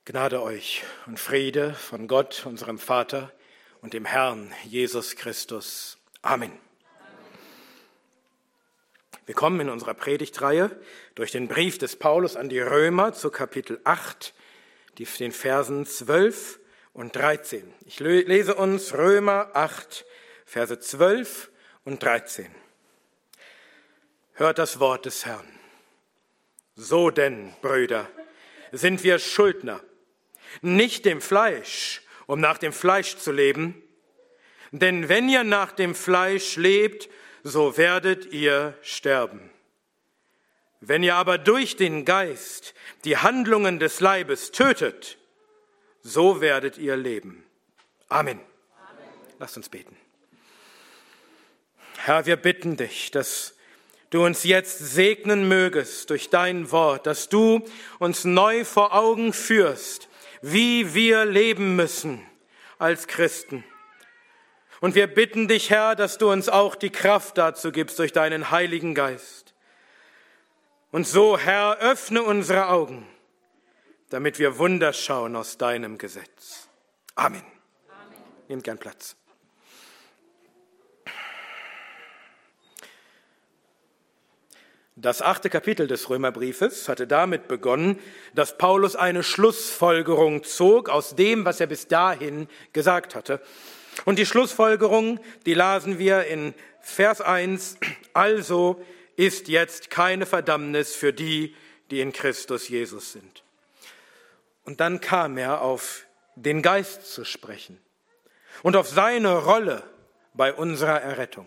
Gnade euch und Friede von Gott, unserem Vater und dem Herrn Jesus Christus. Amen. Wir kommen in unserer Predigtreihe durch den Brief des Paulus an die Römer zu Kapitel 8, den Versen 12 und 13. Ich lese uns Römer 8, Verse 12 und 13. Hört das Wort des Herrn. So denn, Brüder, sind wir Schuldner, nicht dem Fleisch, um nach dem Fleisch zu leben. Denn wenn ihr nach dem Fleisch lebt, so werdet ihr sterben. Wenn ihr aber durch den Geist die Handlungen des Leibes tötet, so werdet ihr leben. Amen. Lasst uns beten. Herr, wir bitten dich, dass du uns jetzt segnen mögest durch dein Wort, dass du uns neu vor Augen führst, wie wir leben müssen als Christen. Und wir bitten dich, Herr, dass du uns auch die Kraft dazu gibst durch deinen Heiligen Geist. Und so, Herr, öffne unsere Augen, damit wir Wunder schauen aus deinem Gesetz. Amen. Nehmt gern Platz. Das 8. Kapitel des Römerbriefes hatte damit begonnen, dass Paulus eine Schlussfolgerung zog aus dem, was er bis dahin gesagt hatte. Und die Schlussfolgerung, die lasen wir in Vers 1, also ist jetzt keine Verdammnis für die, die in Christus Jesus sind. Und dann kam er auf den Geist zu sprechen und auf seine Rolle bei unserer Errettung.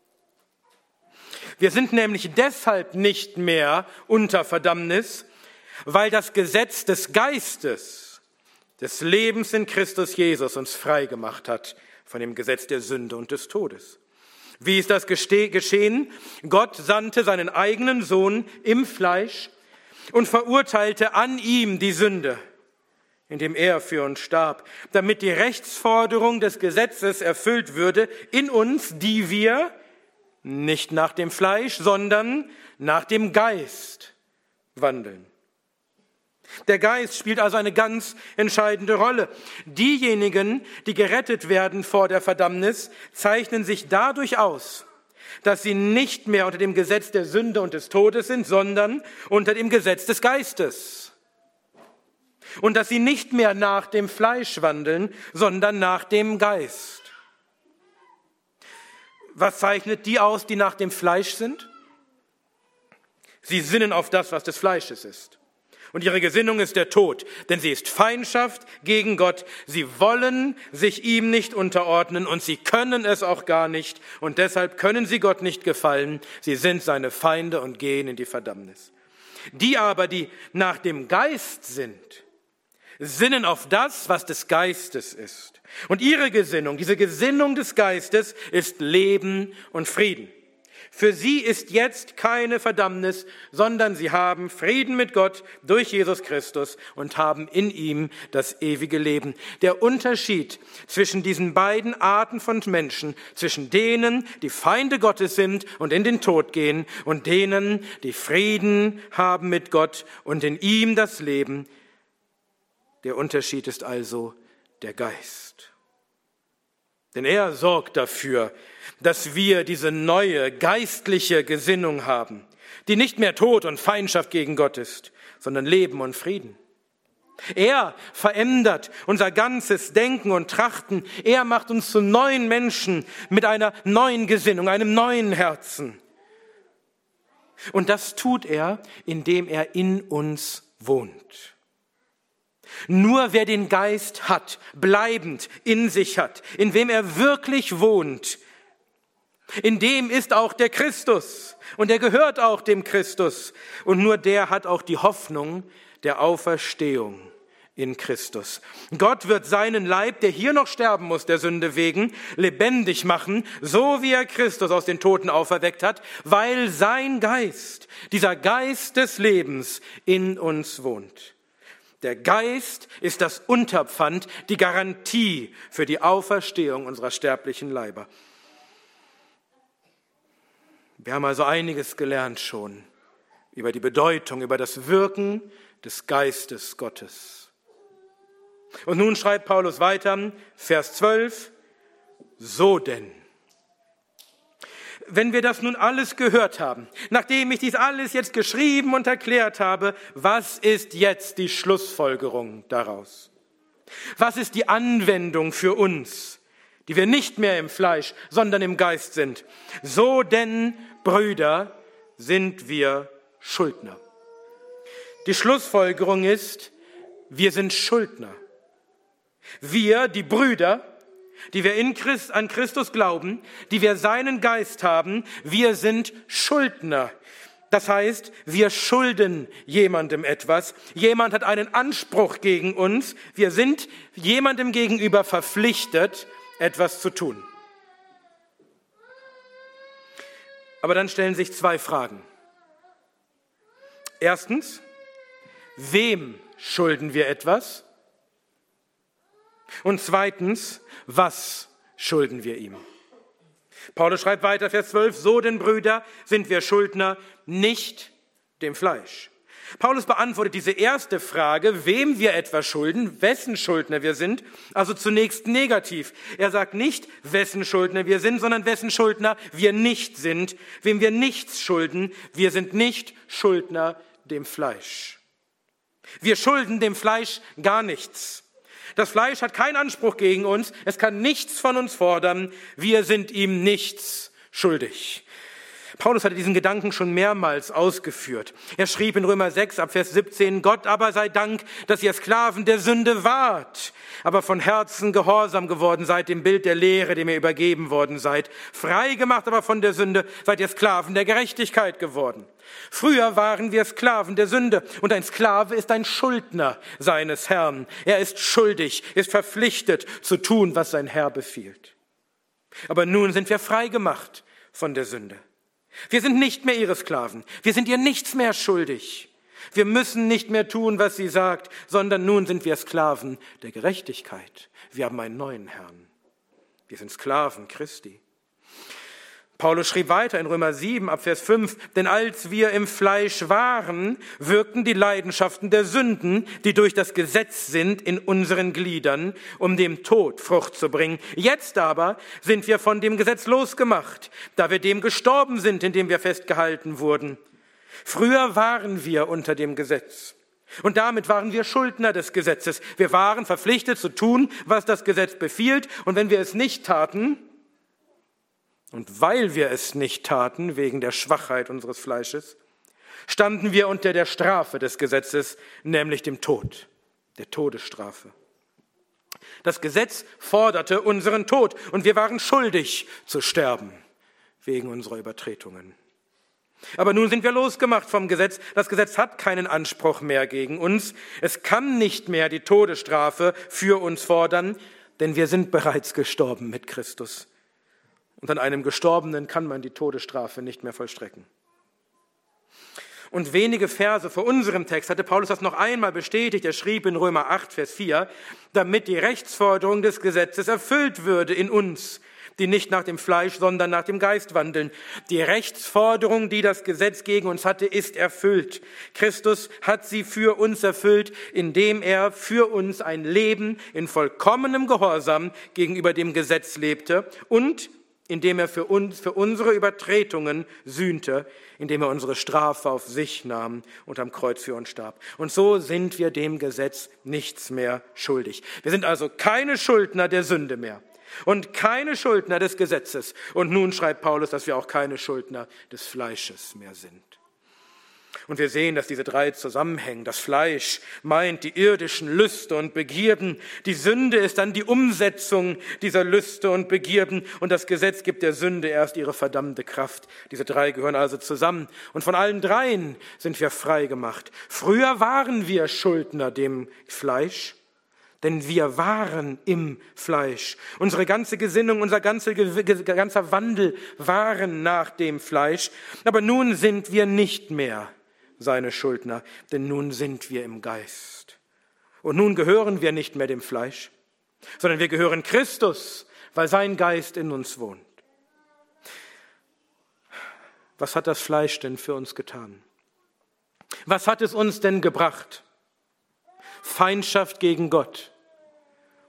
Wir sind nämlich deshalb nicht mehr unter Verdammnis, weil das Gesetz des Geistes, des Lebens in Christus Jesus uns frei gemacht hat von dem Gesetz der Sünde und des Todes. Wie ist das geschehen? Gott sandte seinen eigenen Sohn im Fleisch und verurteilte an ihm die Sünde, indem er für uns starb, damit die Rechtsforderung des Gesetzes erfüllt würde in uns, die wir nicht nach dem Fleisch, sondern nach dem Geist wandeln. Der Geist spielt also eine ganz entscheidende Rolle. Diejenigen, die gerettet werden vor der Verdammnis, zeichnen sich dadurch aus, dass sie nicht mehr unter dem Gesetz der Sünde und des Todes sind, sondern unter dem Gesetz des Geistes. Und dass sie nicht mehr nach dem Fleisch wandeln, sondern nach dem Geist. Was zeichnet die aus, die nach dem Fleisch sind? Sie sinnen auf das, was des Fleisches ist. Und ihre Gesinnung ist der Tod, denn sie ist Feindschaft gegen Gott. Sie wollen sich ihm nicht unterordnen und sie können es auch gar nicht. Und deshalb können sie Gott nicht gefallen. Sie sind seine Feinde und gehen in die Verdammnis. Die aber, die nach dem Geist sind, sinnen auf das, was des Geistes ist. Und ihre Gesinnung, diese Gesinnung des Geistes, ist Leben und Frieden. Für sie ist jetzt keine Verdammnis, sondern sie haben Frieden mit Gott durch Jesus Christus und haben in ihm das ewige Leben. Der Unterschied zwischen diesen beiden Arten von Menschen, zwischen denen, die Feinde Gottes sind und in den Tod gehen, und denen, die Frieden haben mit Gott und in ihm das Leben, der Unterschied ist also der Geist. Denn er sorgt dafür, dass wir diese neue geistliche Gesinnung haben, die nicht mehr Tod und Feindschaft gegen Gott ist, sondern Leben und Frieden. Er verändert unser ganzes Denken und Trachten. Er macht uns zu neuen Menschen mit einer neuen Gesinnung, einem neuen Herzen. Und das tut er, indem er in uns wohnt. Nur wer den Geist hat, bleibend in sich hat, in wem er wirklich wohnt, in dem ist auch der Christus und er gehört auch dem Christus. Und nur der hat auch die Hoffnung der Auferstehung in Christus. Gott wird seinen Leib, der hier noch sterben muss, der Sünde wegen, lebendig machen, so wie er Christus aus den Toten auferweckt hat, weil sein Geist, dieser Geist des Lebens, in uns wohnt. Der Geist ist das Unterpfand, die Garantie für die Auferstehung unserer sterblichen Leiber. Wir haben also einiges gelernt schon über die Bedeutung, über das Wirken des Geistes Gottes. Und nun schreibt Paulus weiter, Vers 12, so denn. Wenn wir das nun alles gehört haben, nachdem ich dies alles jetzt geschrieben und erklärt habe, was ist jetzt die Schlussfolgerung daraus? Was ist die Anwendung für uns, die wir nicht mehr im Fleisch, sondern im Geist sind? So denn, Brüder, sind wir Schuldner. Die Schlussfolgerung ist, wir sind Schuldner. Wir, die Brüder, die wir an Christus glauben, die wir seinen Geist haben, wir sind Schuldner. Das heißt, wir schulden jemandem etwas. Jemand hat einen Anspruch gegen uns. Wir sind jemandem gegenüber verpflichtet, etwas zu tun. Aber dann stellen sich zwei Fragen. Erstens, wem schulden wir etwas? Und zweitens, was schulden wir ihm? Paulus schreibt weiter, Vers 12, so denn Brüder sind wir Schuldner, nicht dem Fleisch. Paulus beantwortet diese erste Frage, wem wir etwas schulden, wessen Schuldner wir sind, also zunächst negativ. Er sagt nicht, wessen Schuldner wir sind, sondern wessen Schuldner wir nicht sind, wem wir nichts schulden, wir sind nicht Schuldner dem Fleisch. Wir schulden dem Fleisch gar nichts. Das Fleisch hat keinen Anspruch gegen uns, es kann nichts von uns fordern, wir sind ihm nichts schuldig. Paulus hatte diesen Gedanken schon mehrmals ausgeführt. Er schrieb in Römer 6 ab Vers 17, Gott aber sei Dank, dass ihr Sklaven der Sünde wart, aber von Herzen gehorsam geworden seid dem Bild der Lehre, dem ihr übergeben worden seid. Frei gemacht aber von der Sünde seid ihr Sklaven der Gerechtigkeit geworden. Früher waren wir Sklaven der Sünde und ein Sklave ist ein Schuldner seines Herrn. Er ist schuldig, ist verpflichtet zu tun, was sein Herr befiehlt. Aber nun sind wir frei gemacht von der Sünde. Wir sind nicht mehr ihre Sklaven. Wir sind ihr nichts mehr schuldig. Wir müssen nicht mehr tun, was sie sagt, sondern nun sind wir Sklaven der Gerechtigkeit. Wir haben einen neuen Herrn. Wir sind Sklaven Christi. Paulus schrieb weiter in Römer 7 ab Vers 5, denn als wir im Fleisch waren, wirkten die Leidenschaften der Sünden, die durch das Gesetz sind, in unseren Gliedern, um dem Tod Frucht zu bringen. Jetzt aber sind wir von dem Gesetz losgemacht, da wir dem gestorben sind, in dem wir festgehalten wurden. Früher waren wir unter dem Gesetz. Und damit waren wir Schuldner des Gesetzes. Wir waren verpflichtet zu tun, was das Gesetz befiehlt. Und wenn wir es nicht taten, und weil wir es nicht taten, wegen der Schwachheit unseres Fleisches, standen wir unter der Strafe des Gesetzes, nämlich dem Tod, der Todesstrafe. Das Gesetz forderte unseren Tod und wir waren schuldig zu sterben, wegen unserer Übertretungen. Aber nun sind wir losgemacht vom Gesetz. Das Gesetz hat keinen Anspruch mehr gegen uns. Es kann nicht mehr die Todesstrafe für uns fordern, denn wir sind bereits gestorben mit Christus. Und an einem Gestorbenen kann man die Todesstrafe nicht mehr vollstrecken. Und wenige Verse vor unserem Text hatte Paulus das noch einmal bestätigt. Er schrieb in Römer 8, Vers 4, damit die Rechtsforderung des Gesetzes erfüllt würde in uns, die nicht nach dem Fleisch, sondern nach dem Geist wandeln. Die Rechtsforderung, die das Gesetz gegen uns hatte, ist erfüllt. Christus hat sie für uns erfüllt, indem er für uns ein Leben in vollkommenem Gehorsam gegenüber dem Gesetz lebte und indem er für unsere Übertretungen sühnte, indem er unsere Strafe auf sich nahm und am Kreuz für uns starb. Und so sind wir dem Gesetz nichts mehr schuldig. Wir sind also keine Schuldner der Sünde mehr und keine Schuldner des Gesetzes. Und nun schreibt Paulus, dass wir auch keine Schuldner des Fleisches mehr sind. Und wir sehen, dass diese drei zusammenhängen. Das Fleisch meint die irdischen Lüste und Begierden. Die Sünde ist dann die Umsetzung dieser Lüste und Begierden. Und das Gesetz gibt der Sünde erst ihre verdammte Kraft. Diese drei gehören also zusammen. Und von allen dreien sind wir frei gemacht. Früher waren wir Schuldner dem Fleisch, denn wir waren im Fleisch. Unsere ganze Gesinnung, unser ganzer Wandel waren nach dem Fleisch. Aber nun sind wir nicht mehr seine Schuldner, denn nun sind wir im Geist. Und nun gehören wir nicht mehr dem Fleisch, sondern wir gehören Christus, weil sein Geist in uns wohnt. Was hat das Fleisch denn für uns getan? Was hat es uns denn gebracht? Feindschaft gegen Gott,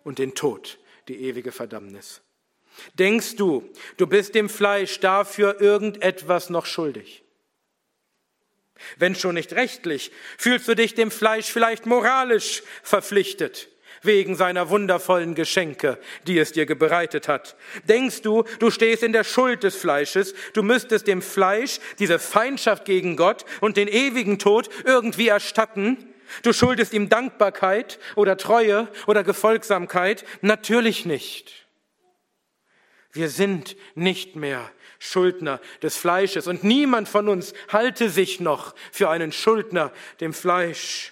und den Tod, die ewige Verdammnis. Denkst du, du bist dem Fleisch dafür irgendetwas noch schuldig? Wenn schon nicht rechtlich, fühlst du dich dem Fleisch vielleicht moralisch verpflichtet, wegen seiner wundervollen Geschenke, die es dir bereitet hat. Denkst du, du stehst in der Schuld des Fleisches, du müsstest dem Fleisch diese Feindschaft gegen Gott und den ewigen Tod irgendwie erstatten? Du schuldest ihm Dankbarkeit oder Treue oder Gefolgsamkeit? Natürlich nicht. Wir sind nicht mehr Schuldner des Fleisches und niemand von uns halte sich noch für einen Schuldner dem Fleisch.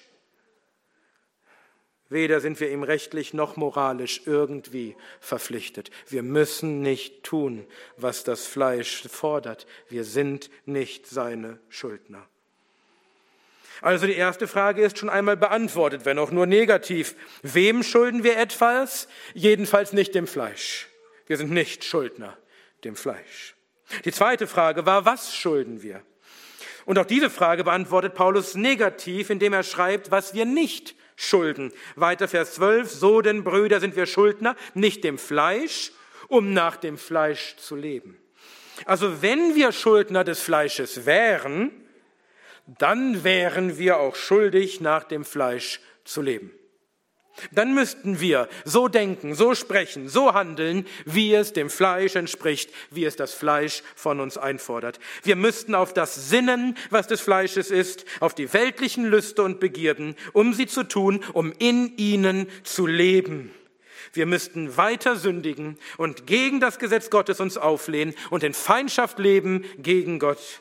Weder sind wir ihm rechtlich noch moralisch irgendwie verpflichtet. Wir müssen nicht tun, was das Fleisch fordert. Wir sind nicht seine Schuldner. Also die erste Frage ist schon einmal beantwortet, wenn auch nur negativ. Wem schulden wir etwas? Jedenfalls nicht dem Fleisch. Wir sind nicht Schuldner dem Fleisch. Die zweite Frage war, was schulden wir? Und auch diese Frage beantwortet Paulus negativ, indem er schreibt, was wir nicht schulden. Weiter Vers 12, so denn Brüder sind wir Schuldner, nicht dem Fleisch, um nach dem Fleisch zu leben. Also wenn wir Schuldner des Fleisches wären, dann wären wir auch schuldig, nach dem Fleisch zu leben. Dann müssten wir so denken, so sprechen, so handeln, wie es dem Fleisch entspricht, wie es das Fleisch von uns einfordert. Wir müssten auf das sinnen, was des Fleisches ist, auf die weltlichen Lüste und Begierden, um sie zu tun, um in ihnen zu leben. Wir müssten weiter sündigen und gegen das Gesetz Gottes uns auflehnen und in Feindschaft leben gegen Gott.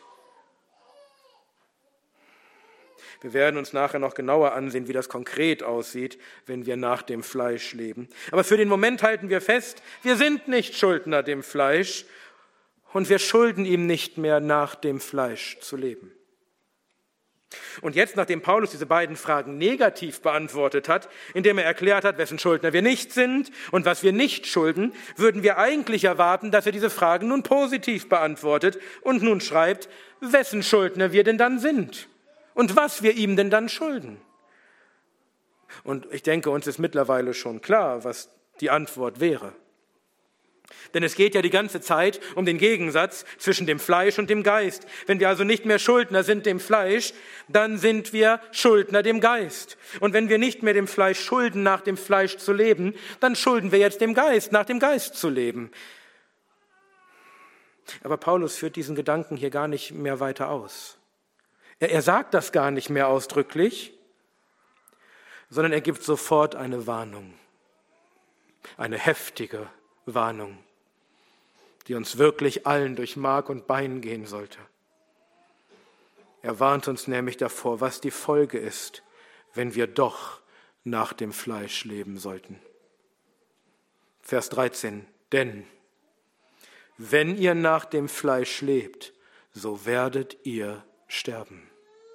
Wir werden uns nachher noch genauer ansehen, wie das konkret aussieht, wenn wir nach dem Fleisch leben. Aber für den Moment halten wir fest, wir sind nicht Schuldner dem Fleisch und wir schulden ihm nicht mehr, nach dem Fleisch zu leben. Und jetzt, nachdem Paulus diese beiden Fragen negativ beantwortet hat, indem er erklärt hat, wessen Schuldner wir nicht sind und was wir nicht schulden, würden wir eigentlich erwarten, dass er diese Fragen nun positiv beantwortet und nun schreibt, wessen Schuldner wir denn dann sind. Und was wir ihm denn dann schulden? Und ich denke, uns ist mittlerweile schon klar, was die Antwort wäre. Denn es geht ja die ganze Zeit um den Gegensatz zwischen dem Fleisch und dem Geist. Wenn wir also nicht mehr Schuldner sind dem Fleisch, dann sind wir Schuldner dem Geist. Und wenn wir nicht mehr dem Fleisch schulden, nach dem Fleisch zu leben, dann schulden wir jetzt dem Geist, nach dem Geist zu leben. Aber Paulus führt diesen Gedanken hier gar nicht mehr weiter aus. Er sagt das gar nicht mehr ausdrücklich, sondern er gibt sofort eine Warnung, eine heftige Warnung, die uns wirklich allen durch Mark und Bein gehen sollte. Er warnt uns nämlich davor, was die Folge ist, wenn wir doch nach dem Fleisch leben sollten. Vers 13, denn wenn ihr nach dem Fleisch lebt, so werdet ihr sterben.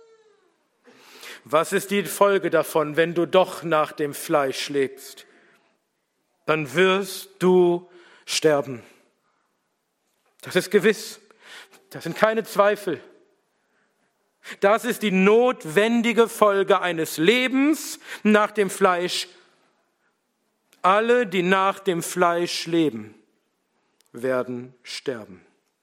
Was ist die Folge davon, wenn du doch nach dem Fleisch lebst? Dann wirst du sterben. Das ist gewiss. Das sind keine Zweifel. Das ist die notwendige Folge eines Lebens nach dem Fleisch. Alle, die nach dem Fleisch leben, werden sterben.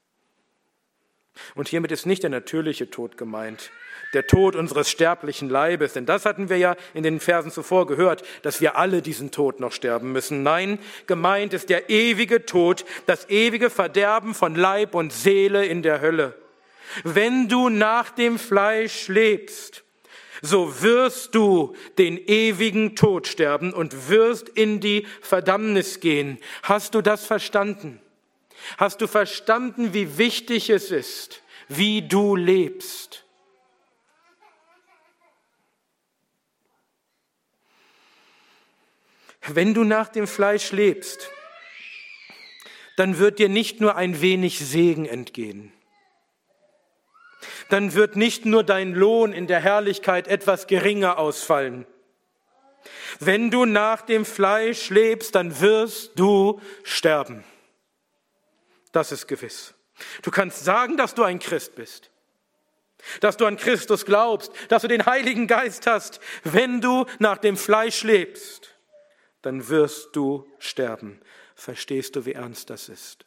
Und hiermit ist nicht der natürliche Tod gemeint, der Tod unseres sterblichen Leibes, denn das hatten wir ja in den Versen zuvor gehört, dass wir alle diesen Tod noch sterben müssen. Nein, gemeint ist der ewige Tod, das ewige Verderben von Leib und Seele in der Hölle. Wenn du nach dem Fleisch lebst, so wirst du den ewigen Tod sterben und wirst in die Verdammnis gehen. Hast du das verstanden? Hast du verstanden, wie wichtig es ist, wie du lebst? Wenn du nach dem Fleisch lebst, dann wird dir nicht nur ein wenig Segen entgehen. Dann wird nicht nur dein Lohn in der Herrlichkeit etwas geringer ausfallen. Wenn du nach dem Fleisch lebst, dann wirst du sterben. Das ist gewiss. Du kannst sagen, dass du ein Christ bist, dass du an Christus glaubst, dass du den Heiligen Geist hast. Wenn du nach dem Fleisch lebst, dann wirst du sterben. Verstehst du, wie ernst das ist?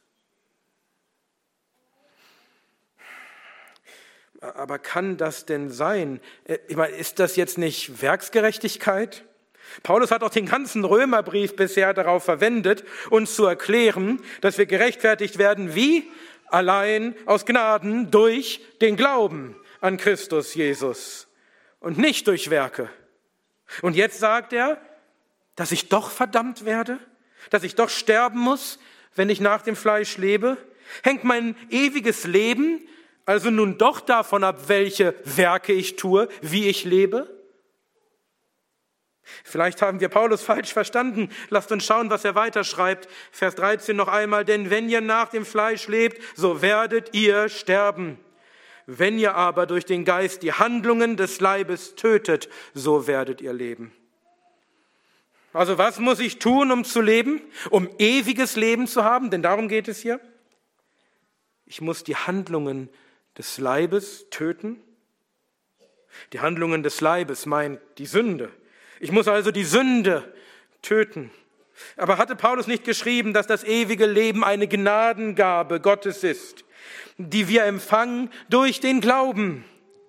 Aber kann das denn sein? Ich meine, ist das jetzt nicht Werksgerechtigkeit? Paulus hat auch den ganzen Römerbrief bisher darauf verwendet, uns zu erklären, dass wir gerechtfertigt werden, wie? Allein aus Gnaden durch den Glauben an Christus Jesus und nicht durch Werke. Und jetzt sagt er, dass ich doch verdammt werde, dass ich doch sterben muss, wenn ich nach dem Fleisch lebe. Hängt mein ewiges Leben also nun doch davon ab, welche Werke ich tue, wie ich lebe? Vielleicht haben wir Paulus falsch verstanden. Lasst uns schauen, was er weiterschreibt. Vers 13 noch einmal. Denn wenn ihr nach dem Fleisch lebt, so werdet ihr sterben. Wenn ihr aber durch den Geist die Handlungen des Leibes tötet, so werdet ihr leben. Also was muss ich tun, um zu leben? Um ewiges Leben zu haben? Denn darum geht es hier. Ich muss die Handlungen des Leibes töten. Die Handlungen des Leibes meint die Sünde. Ich muss also die Sünde töten. Aber hatte Paulus nicht geschrieben, dass das ewige Leben eine Gnadengabe Gottes ist, die wir empfangen durch den Glauben?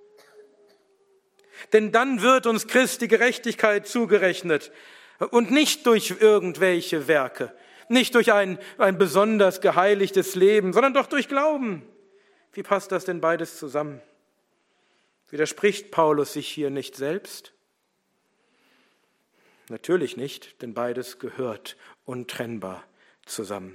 Denn dann wird uns Christi Gerechtigkeit zugerechnet und nicht durch irgendwelche Werke, nicht durch ein besonders geheiligtes Leben, sondern doch durch Glauben. Wie passt das denn beides zusammen? Widerspricht Paulus sich hier nicht selbst? Natürlich nicht, denn beides gehört untrennbar zusammen.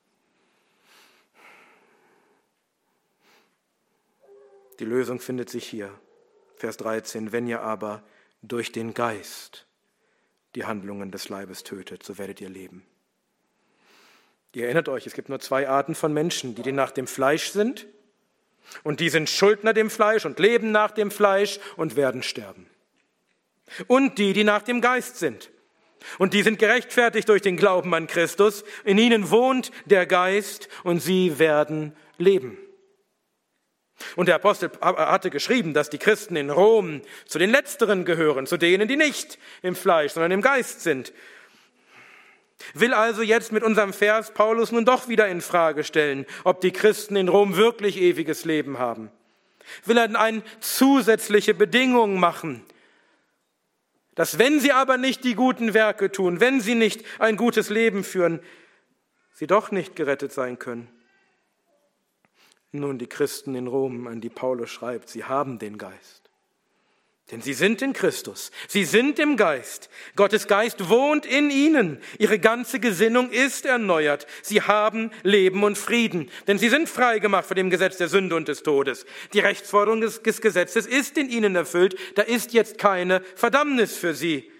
Die Lösung findet sich hier, Vers 13. Wenn ihr aber durch den Geist die Handlungen des Leibes tötet, so werdet ihr leben. Ihr erinnert euch, es gibt nur zwei Arten von Menschen, die nach dem Fleisch sind, und die sind Schuldner dem Fleisch und leben nach dem Fleisch und werden sterben. Und die nach dem Geist sind. Und die sind gerechtfertigt durch den Glauben an Christus. In ihnen wohnt der Geist und sie werden leben. Und der Apostel hatte geschrieben, dass die Christen in Rom zu den Letzteren gehören, zu denen, die nicht im Fleisch, sondern im Geist sind. Will also jetzt mit unserem Vers Paulus nun doch wieder in Frage stellen, ob die Christen in Rom wirklich ewiges Leben haben. Will er eine zusätzliche Bedingung machen, dass wenn sie aber nicht die guten Werke tun, wenn sie nicht ein gutes Leben führen, sie doch nicht gerettet sein können. Nun, die Christen in Rom, an die Paulus schreibt, sie haben den Geist. Denn sie sind in Christus, sie sind im Geist. Gottes Geist wohnt in ihnen. Ihre ganze Gesinnung ist erneuert. Sie haben Leben und Frieden, denn sie sind frei gemacht von dem Gesetz der Sünde und des Todes. Die Rechtsforderung des Gesetzes ist in ihnen erfüllt. Da ist jetzt keine Verdammnis für sie.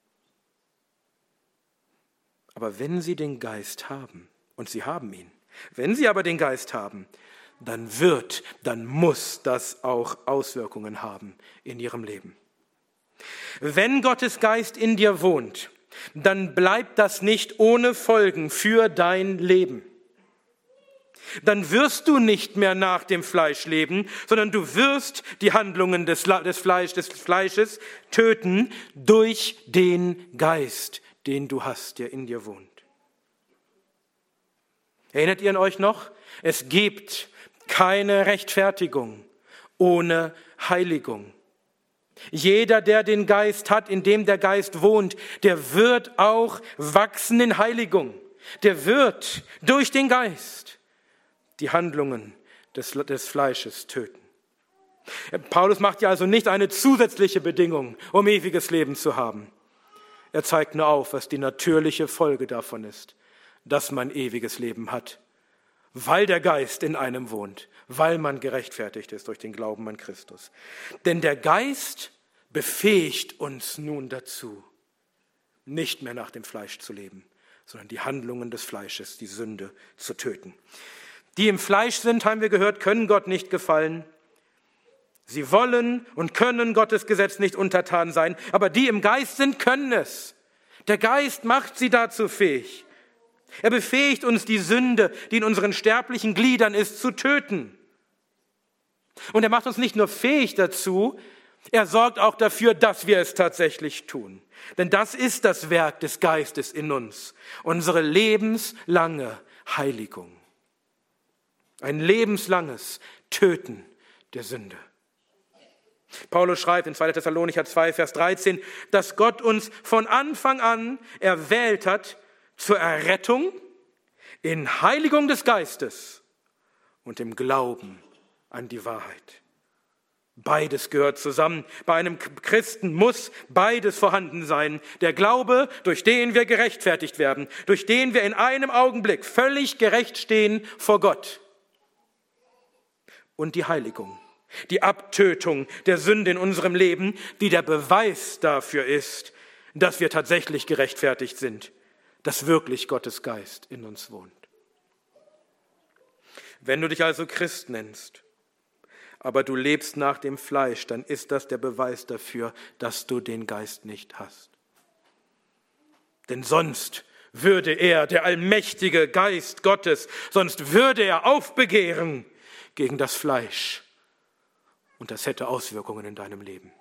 Aber wenn sie den Geist haben, und sie haben ihn, wenn sie aber den Geist haben, dann muss das auch Auswirkungen haben in ihrem Leben. Wenn Gottes Geist in dir wohnt, dann bleibt das nicht ohne Folgen für dein Leben. Dann wirst du nicht mehr nach dem Fleisch leben, sondern du wirst die Handlungen des Fleisches töten durch den Geist, den du hast, der in dir wohnt. Erinnert ihr euch noch? Es gibt keine Rechtfertigung ohne Heiligung. Jeder, der den Geist hat, in dem der Geist wohnt, der wird auch wachsen in Heiligung. Der wird durch den Geist die Handlungen des Fleisches töten. Paulus macht ja also nicht eine zusätzliche Bedingung, um ewiges Leben zu haben. Er zeigt nur auf, was die natürliche Folge davon ist, dass man ewiges Leben hat. Weil der Geist in einem wohnt, weil man gerechtfertigt ist durch den Glauben an Christus. Denn der Geist befähigt uns nun dazu, nicht mehr nach dem Fleisch zu leben, sondern die Handlungen des Fleisches, die Sünde zu töten. Die im Fleisch sind, haben wir gehört, können Gott nicht gefallen. Sie wollen und können Gottes Gesetz nicht untertan sein, aber die im Geist sind, können es. Der Geist macht sie dazu fähig. Er befähigt uns, die Sünde, die in unseren sterblichen Gliedern ist, zu töten. Und er macht uns nicht nur fähig dazu, Er sorgt auch dafür, dass wir es tatsächlich tun. Denn das ist das Werk des Geistes in uns, unsere lebenslange Heiligung. Ein lebenslanges Töten der Sünde. Paulus schreibt in 2. Thessalonicher 2, Vers 13, dass Gott uns von Anfang an erwählt hat zur Errettung in Heiligung des Geistes und im Glauben an die Wahrheit. Beides gehört zusammen. Bei einem Christen muss beides vorhanden sein. Der Glaube, durch den wir gerechtfertigt werden, durch den wir in einem Augenblick völlig gerecht stehen vor Gott. Und die Heiligung, die Abtötung der Sünde in unserem Leben, die der Beweis dafür ist, dass wir tatsächlich gerechtfertigt sind, dass wirklich Gottes Geist in uns wohnt. Wenn du dich also Christ nennst, aber du lebst nach dem Fleisch, dann ist das der Beweis dafür, dass du den Geist nicht hast. Denn sonst würde er, der allmächtige Geist Gottes, sonst würde er aufbegehren gegen das Fleisch. Und das hätte Auswirkungen in deinem Leben.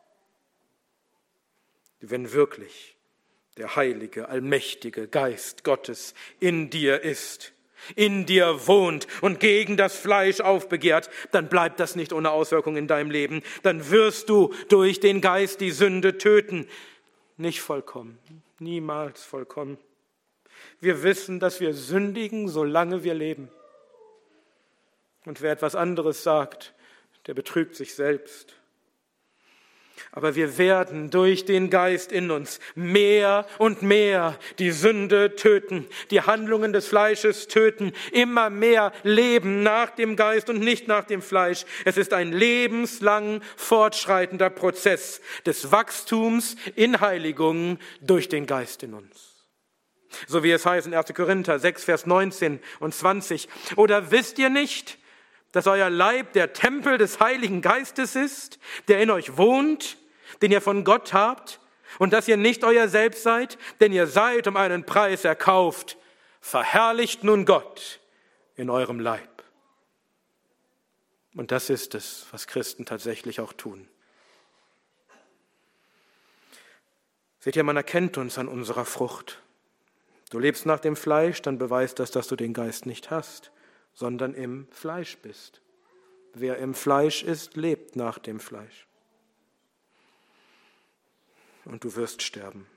Wenn wirklich der heilige, allmächtige Geist Gottes in dir ist, in dir wohnt und gegen das Fleisch aufbegehrt, dann bleibt das nicht ohne Auswirkung in deinem Leben. Dann wirst du durch den Geist die Sünde töten. Nicht vollkommen, niemals vollkommen. Wir wissen, dass wir sündigen, solange wir leben. Und wer etwas anderes sagt, der betrügt sich selbst. Aber wir werden durch den Geist in uns mehr und mehr die Sünde töten, die Handlungen des Fleisches töten, immer mehr leben nach dem Geist und nicht nach dem Fleisch. Es ist ein lebenslang fortschreitender Prozess des Wachstums in Heiligung durch den Geist in uns. So wie es heißt in 1. Korinther 6, Vers 19 und 20. Oder wisst ihr nicht, dass euer Leib der Tempel des Heiligen Geistes ist, der in euch wohnt, den ihr von Gott habt, und dass ihr nicht euer Selbst seid, denn ihr seid um einen Preis erkauft. Verherrlicht nun Gott in eurem Leib. Und das ist es, was Christen tatsächlich auch tun. Seht ihr, man erkennt uns an unserer Frucht. Du lebst nach dem Fleisch, dann beweist das, dass du den Geist nicht hast, sondern im Fleisch bist. Wer im Fleisch ist, lebt nach dem Fleisch. Und du wirst sterben.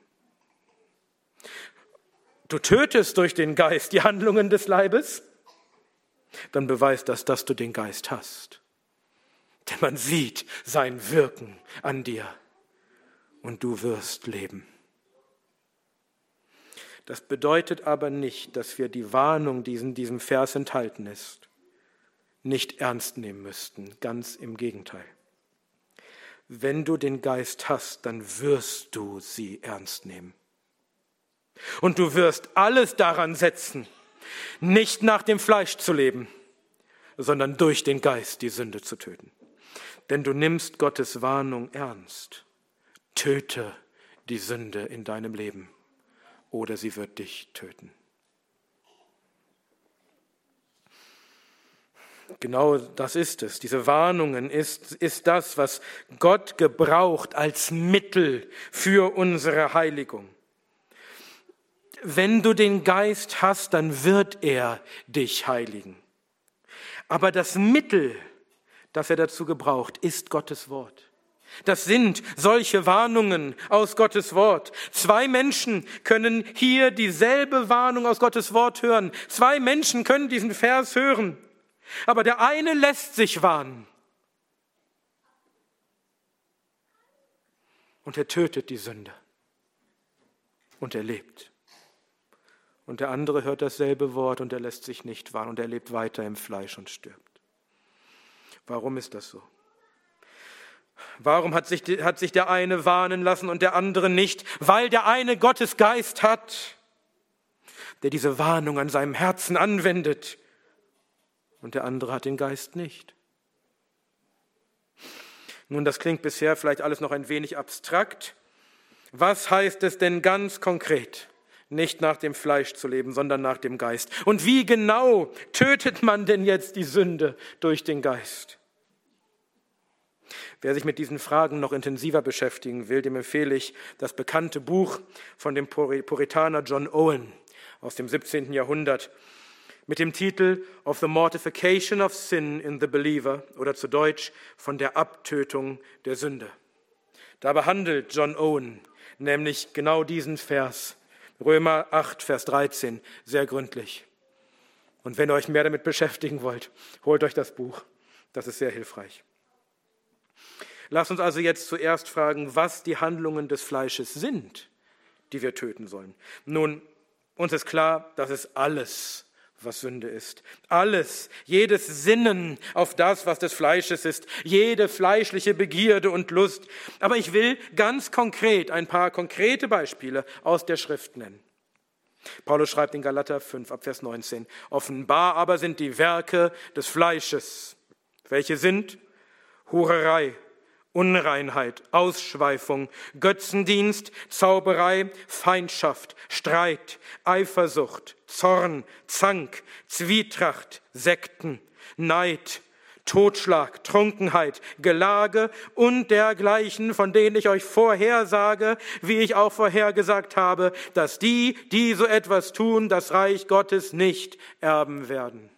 Du tötest durch den Geist die Handlungen des Leibes, dann beweist das, dass du den Geist hast. Denn man sieht sein Wirken an dir und du wirst leben. Das bedeutet aber nicht, dass wir die Warnung, die in diesem Vers enthalten ist, nicht ernst nehmen müssten. Ganz im Gegenteil. Wenn du den Geist hast, dann wirst du sie ernst nehmen. Und du wirst alles daran setzen, nicht nach dem Fleisch zu leben, sondern durch den Geist die Sünde zu töten. Denn du nimmst Gottes Warnung ernst. Töte die Sünde in deinem Leben. Oder sie wird dich töten. Genau das ist es. Diese Warnungen ist das, was Gott gebraucht als Mittel für unsere Heiligung. Wenn du den Geist hast, dann wird er dich heiligen. Aber das Mittel, das er dazu gebraucht, ist Gottes Wort. Das sind solche Warnungen aus Gottes Wort. 2 Menschen können hier dieselbe Warnung aus Gottes Wort hören. 2 Menschen können diesen Vers hören. Aber der eine lässt sich warnen. Und er tötet die Sünde. Und er lebt. Und der andere hört dasselbe Wort und er lässt sich nicht warnen. Und er lebt weiter im Fleisch und stirbt. Warum ist das so? Warum hat sich der eine warnen lassen und der andere nicht? Weil der eine Gottes Geist hat, der diese Warnung an seinem Herzen anwendet. Und der andere hat den Geist nicht. Nun, das klingt bisher vielleicht alles noch ein wenig abstrakt. Was heißt es denn ganz konkret, nicht nach dem Fleisch zu leben, sondern nach dem Geist? Und wie genau tötet man denn jetzt die Sünde durch den Geist? Wer sich mit diesen Fragen noch intensiver beschäftigen will, dem empfehle ich das bekannte Buch von dem Puritaner John Owen aus dem 17. Jahrhundert mit dem Titel Of the Mortification of Sin in the Believer oder zu Deutsch von der Abtötung der Sünde. Da behandelt John Owen nämlich genau diesen Vers, Römer 8, Vers 13, sehr gründlich. Und wenn ihr euch mehr damit beschäftigen wollt, holt euch das Buch. Das ist sehr hilfreich. Lasst uns also jetzt zuerst fragen, was die Handlungen des Fleisches sind, die wir töten sollen. Nun, uns ist klar, das ist alles, was Sünde ist. Alles, jedes Sinnen auf das, was des Fleisches ist, jede fleischliche Begierde und Lust. Aber ich will ganz konkret ein paar konkrete Beispiele aus der Schrift nennen. Paulus schreibt in Galater 5, ab Vers 19, offenbar aber sind die Werke des Fleisches. Welche sind? Hurerei, Unreinheit, Ausschweifung, Götzendienst, Zauberei, Feindschaft, Streit, Eifersucht, Zorn, Zank, Zwietracht, Sekten, Neid, Totschlag, Trunkenheit, Gelage und dergleichen, von denen ich euch vorhersage, wie ich auch vorhergesagt habe, dass die, die so etwas tun, das Reich Gottes nicht erben werden.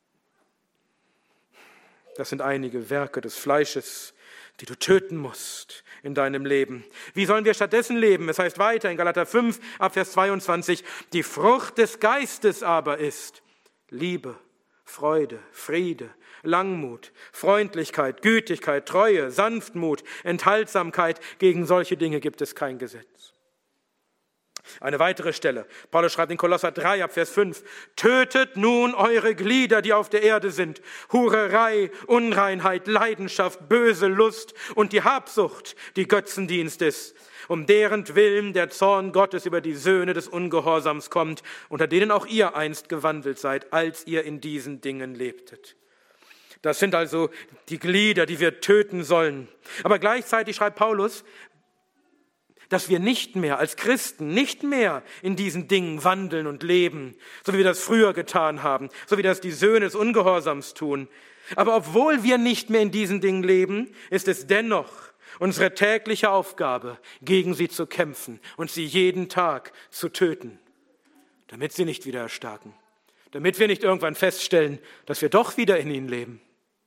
Das sind einige Werke des Fleisches, die du töten musst in deinem Leben. Wie sollen wir stattdessen leben? Es heißt weiter in Galater 5, ab Vers 22, die Frucht des Geistes aber ist Liebe, Freude, Friede, Langmut, Freundlichkeit, Gütigkeit, Treue, Sanftmut, Enthaltsamkeit. Gegen solche Dinge gibt es kein Gesetz. Eine weitere Stelle. Paulus schreibt in Kolosser 3 ab Vers 5, tötet nun eure Glieder, die auf der Erde sind. Hurerei, Unreinheit, Leidenschaft, böse Lust und die Habsucht, die Götzendienst ist, um deren Willen der Zorn Gottes über die Söhne des Ungehorsams kommt, unter denen auch ihr einst gewandelt seid, als ihr in diesen Dingen lebtet. Das sind also die Glieder, die wir töten sollen. Aber gleichzeitig schreibt Paulus, dass wir nicht mehr als Christen, nicht mehr in diesen Dingen wandeln und leben, so wie wir das früher getan haben, so wie das die Söhne des Ungehorsams tun. Aber obwohl wir nicht mehr in diesen Dingen leben, ist es dennoch unsere tägliche Aufgabe, gegen sie zu kämpfen und sie jeden Tag zu töten, damit sie nicht wieder erstarken, damit wir nicht irgendwann feststellen, dass wir doch wieder in ihnen leben.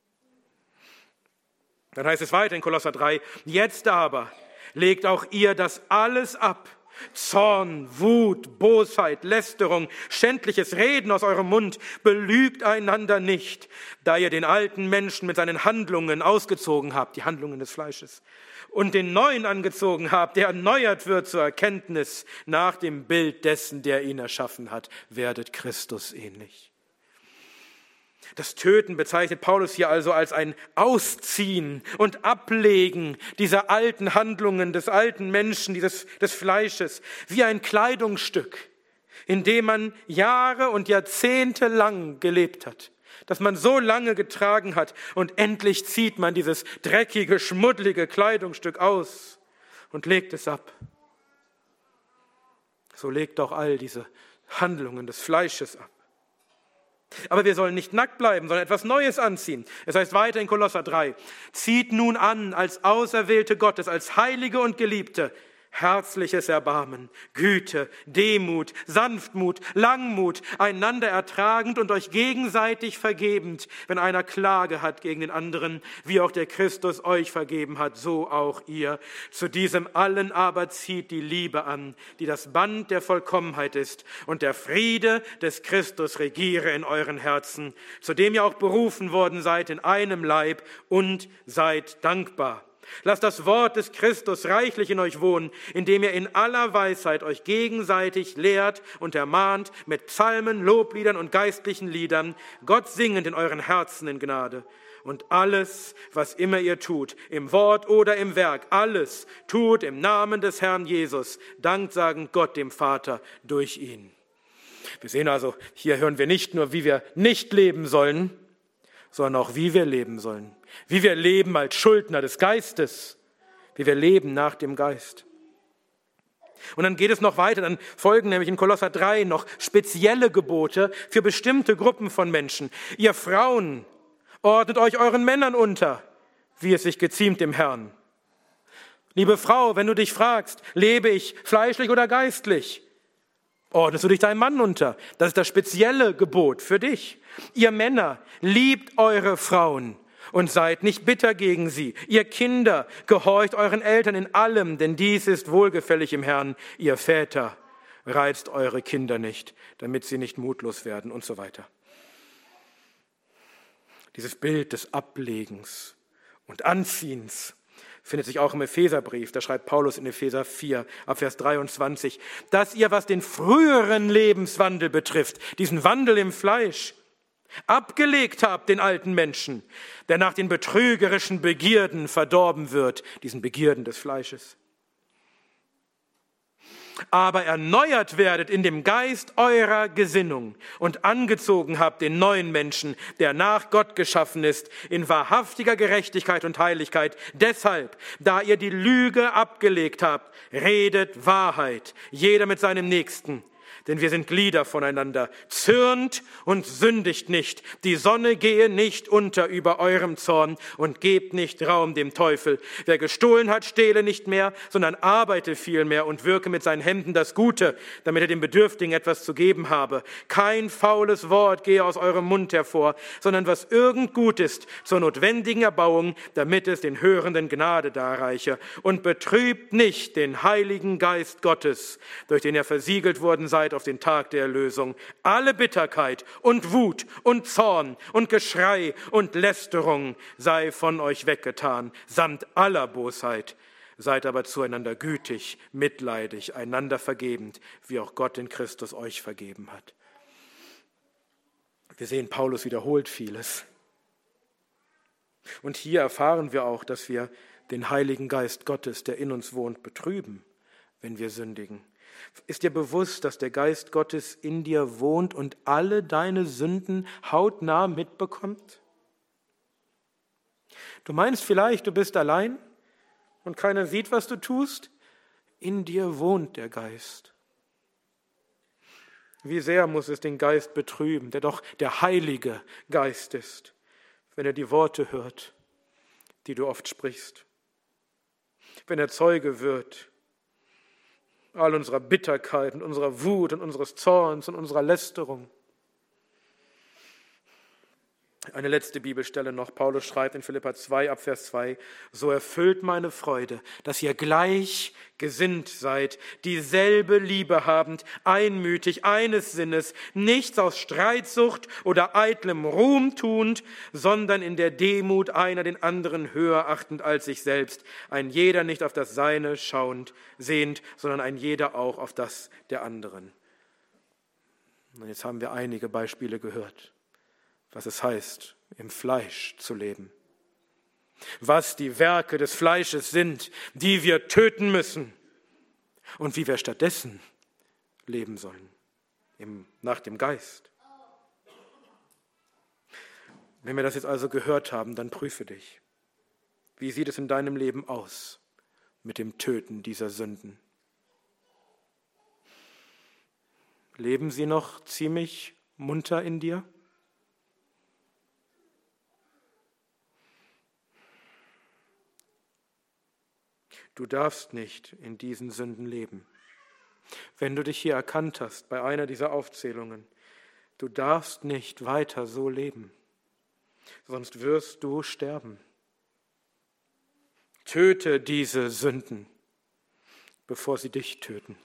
Dann heißt es weiter in Kolosser 3, jetzt aber legt auch ihr das alles ab. Zorn, Wut, Bosheit, Lästerung, schändliches Reden aus eurem Mund. Belügt einander nicht, da ihr den alten Menschen mit seinen Handlungen ausgezogen habt, die Handlungen des Fleisches, und den neuen angezogen habt, der erneuert wird zur Erkenntnis nach dem Bild dessen, der ihn erschaffen hat. Werdet Christus ähnlich. Das Töten bezeichnet Paulus hier also als ein Ausziehen und Ablegen dieser alten Handlungen des alten Menschen, des Fleisches, wie ein Kleidungsstück, in dem man Jahre und Jahrzehnte lang gelebt hat, das man so lange getragen hat und endlich zieht man dieses dreckige, schmuddelige Kleidungsstück aus und legt es ab. So legt auch all diese Handlungen des Fleisches ab. Aber wir sollen nicht nackt bleiben, sondern etwas Neues anziehen. Es heißt weiter in Kolosser 3, zieht nun an als Auserwählte Gottes, als Heilige und Geliebte, herzliches Erbarmen, Güte, Demut, Sanftmut, Langmut, einander ertragend und euch gegenseitig vergebend, wenn einer Klage hat gegen den anderen, wie auch der Christus euch vergeben hat, so auch ihr. Zu diesem allen aber zieht die Liebe an, die das Band der Vollkommenheit ist, und der Friede des Christus regiere in euren Herzen, zu dem ihr auch berufen worden seid in einem Leib, und seid dankbar. Lasst das Wort des Christus reichlich in euch wohnen, indem ihr in aller Weisheit euch gegenseitig lehrt und ermahnt mit Psalmen, Lobliedern und geistlichen Liedern, Gott singend in euren Herzen in Gnade. Und alles, was immer ihr tut, im Wort oder im Werk, alles tut im Namen des Herrn Jesus, danksagend Gott dem Vater durch ihn. Wir sehen also, hier hören wir nicht nur, wie wir nicht leben sollen, sondern auch, wie wir leben sollen. Wie wir leben als Schuldner des Geistes. Wie wir leben nach dem Geist. Und dann geht es noch weiter. Dann folgen nämlich in Kolosser 3 noch spezielle Gebote für bestimmte Gruppen von Menschen. Ihr Frauen, ordnet euch euren Männern unter, wie es sich geziemt dem Herrn. Liebe Frau, wenn du dich fragst, lebe ich fleischlich oder geistlich? Ordnest du dich deinem Mann unter? Das ist das spezielle Gebot für dich. Ihr Männer, liebt eure Frauen und seid nicht bitter gegen sie. Ihr Kinder, gehorcht euren Eltern in allem, denn dies ist wohlgefällig im Herrn. Ihr Väter, reizt eure Kinder nicht, damit sie nicht mutlos werden und so weiter. Dieses Bild des Ablegens und Anziehens findet sich auch im Epheserbrief. Da schreibt Paulus in Epheser 4, ab Vers 23, dass ihr, was den früheren Lebenswandel betrifft, diesen Wandel im Fleisch, abgelegt habt, den alten Menschen, der nach den betrügerischen Begierden verdorben wird, diesen Begierden des Fleisches. Aber erneuert werdet in dem Geist eurer Gesinnung und angezogen habt den neuen Menschen, der nach Gott geschaffen ist, in wahrhaftiger Gerechtigkeit und Heiligkeit. Deshalb, da ihr die Lüge abgelegt habt, redet Wahrheit, jeder mit seinem Nächsten. Denn wir sind Glieder voneinander. Zürnt und sündigt nicht. Die Sonne gehe nicht unter über eurem Zorn und gebt nicht Raum dem Teufel. Wer gestohlen hat, stehle nicht mehr, sondern arbeite vielmehr und wirke mit seinen Händen das Gute, damit er dem Bedürftigen etwas zu geben habe. Kein faules Wort gehe aus eurem Mund hervor, sondern was irgend gut ist zur notwendigen Erbauung, damit es den Hörenden Gnade darreiche. Und betrübt nicht den Heiligen Geist Gottes, durch den ihr versiegelt worden seid auf den Tag der Erlösung. Alle Bitterkeit und Wut und Zorn und Geschrei und Lästerung sei von euch weggetan, samt aller Bosheit. Seid aber zueinander gütig, mitleidig, einander vergebend, wie auch Gott in Christus euch vergeben hat. Wir sehen, Paulus wiederholt vieles. Und hier erfahren wir auch, dass wir den Heiligen Geist Gottes, der in uns wohnt, betrüben, wenn wir sündigen. Ist dir bewusst, dass der Geist Gottes in dir wohnt und alle deine Sünden hautnah mitbekommt? Du meinst vielleicht, du bist allein und keiner sieht, was du tust? In dir wohnt der Geist. Wie sehr muss es den Geist betrüben, der doch der Heilige Geist ist, wenn er die Worte hört, die du oft sprichst, wenn er Zeuge wird all unserer Bitterkeit und unserer Wut und unseres Zorns und unserer Lästerung. Eine letzte Bibelstelle noch. Paulus schreibt in Philipper 2, ab Vers 2, so erfüllt meine Freude, dass ihr gleich gesinnt seid, dieselbe Liebe habend, einmütig, eines Sinnes, nichts aus Streitsucht oder eitlem Ruhm tuend, sondern in der Demut einer den anderen höher achtend als sich selbst, ein jeder nicht auf das Seine schauend, sehend, sondern ein jeder auch auf das der anderen. Und jetzt haben wir einige Beispiele gehört, was es heißt, im Fleisch zu leben. Was die Werke des Fleisches sind, die wir töten müssen und wie wir stattdessen leben sollen, nach dem Geist. Wenn wir das jetzt also gehört haben, dann prüfe dich. Wie sieht es in deinem Leben aus mit dem Töten dieser Sünden? Leben sie noch ziemlich munter in dir? Du darfst nicht in diesen Sünden leben. Wenn du dich hier erkannt hast bei einer dieser Aufzählungen, du darfst nicht weiter so leben, sonst wirst du sterben. Töte diese Sünden, bevor sie dich töten.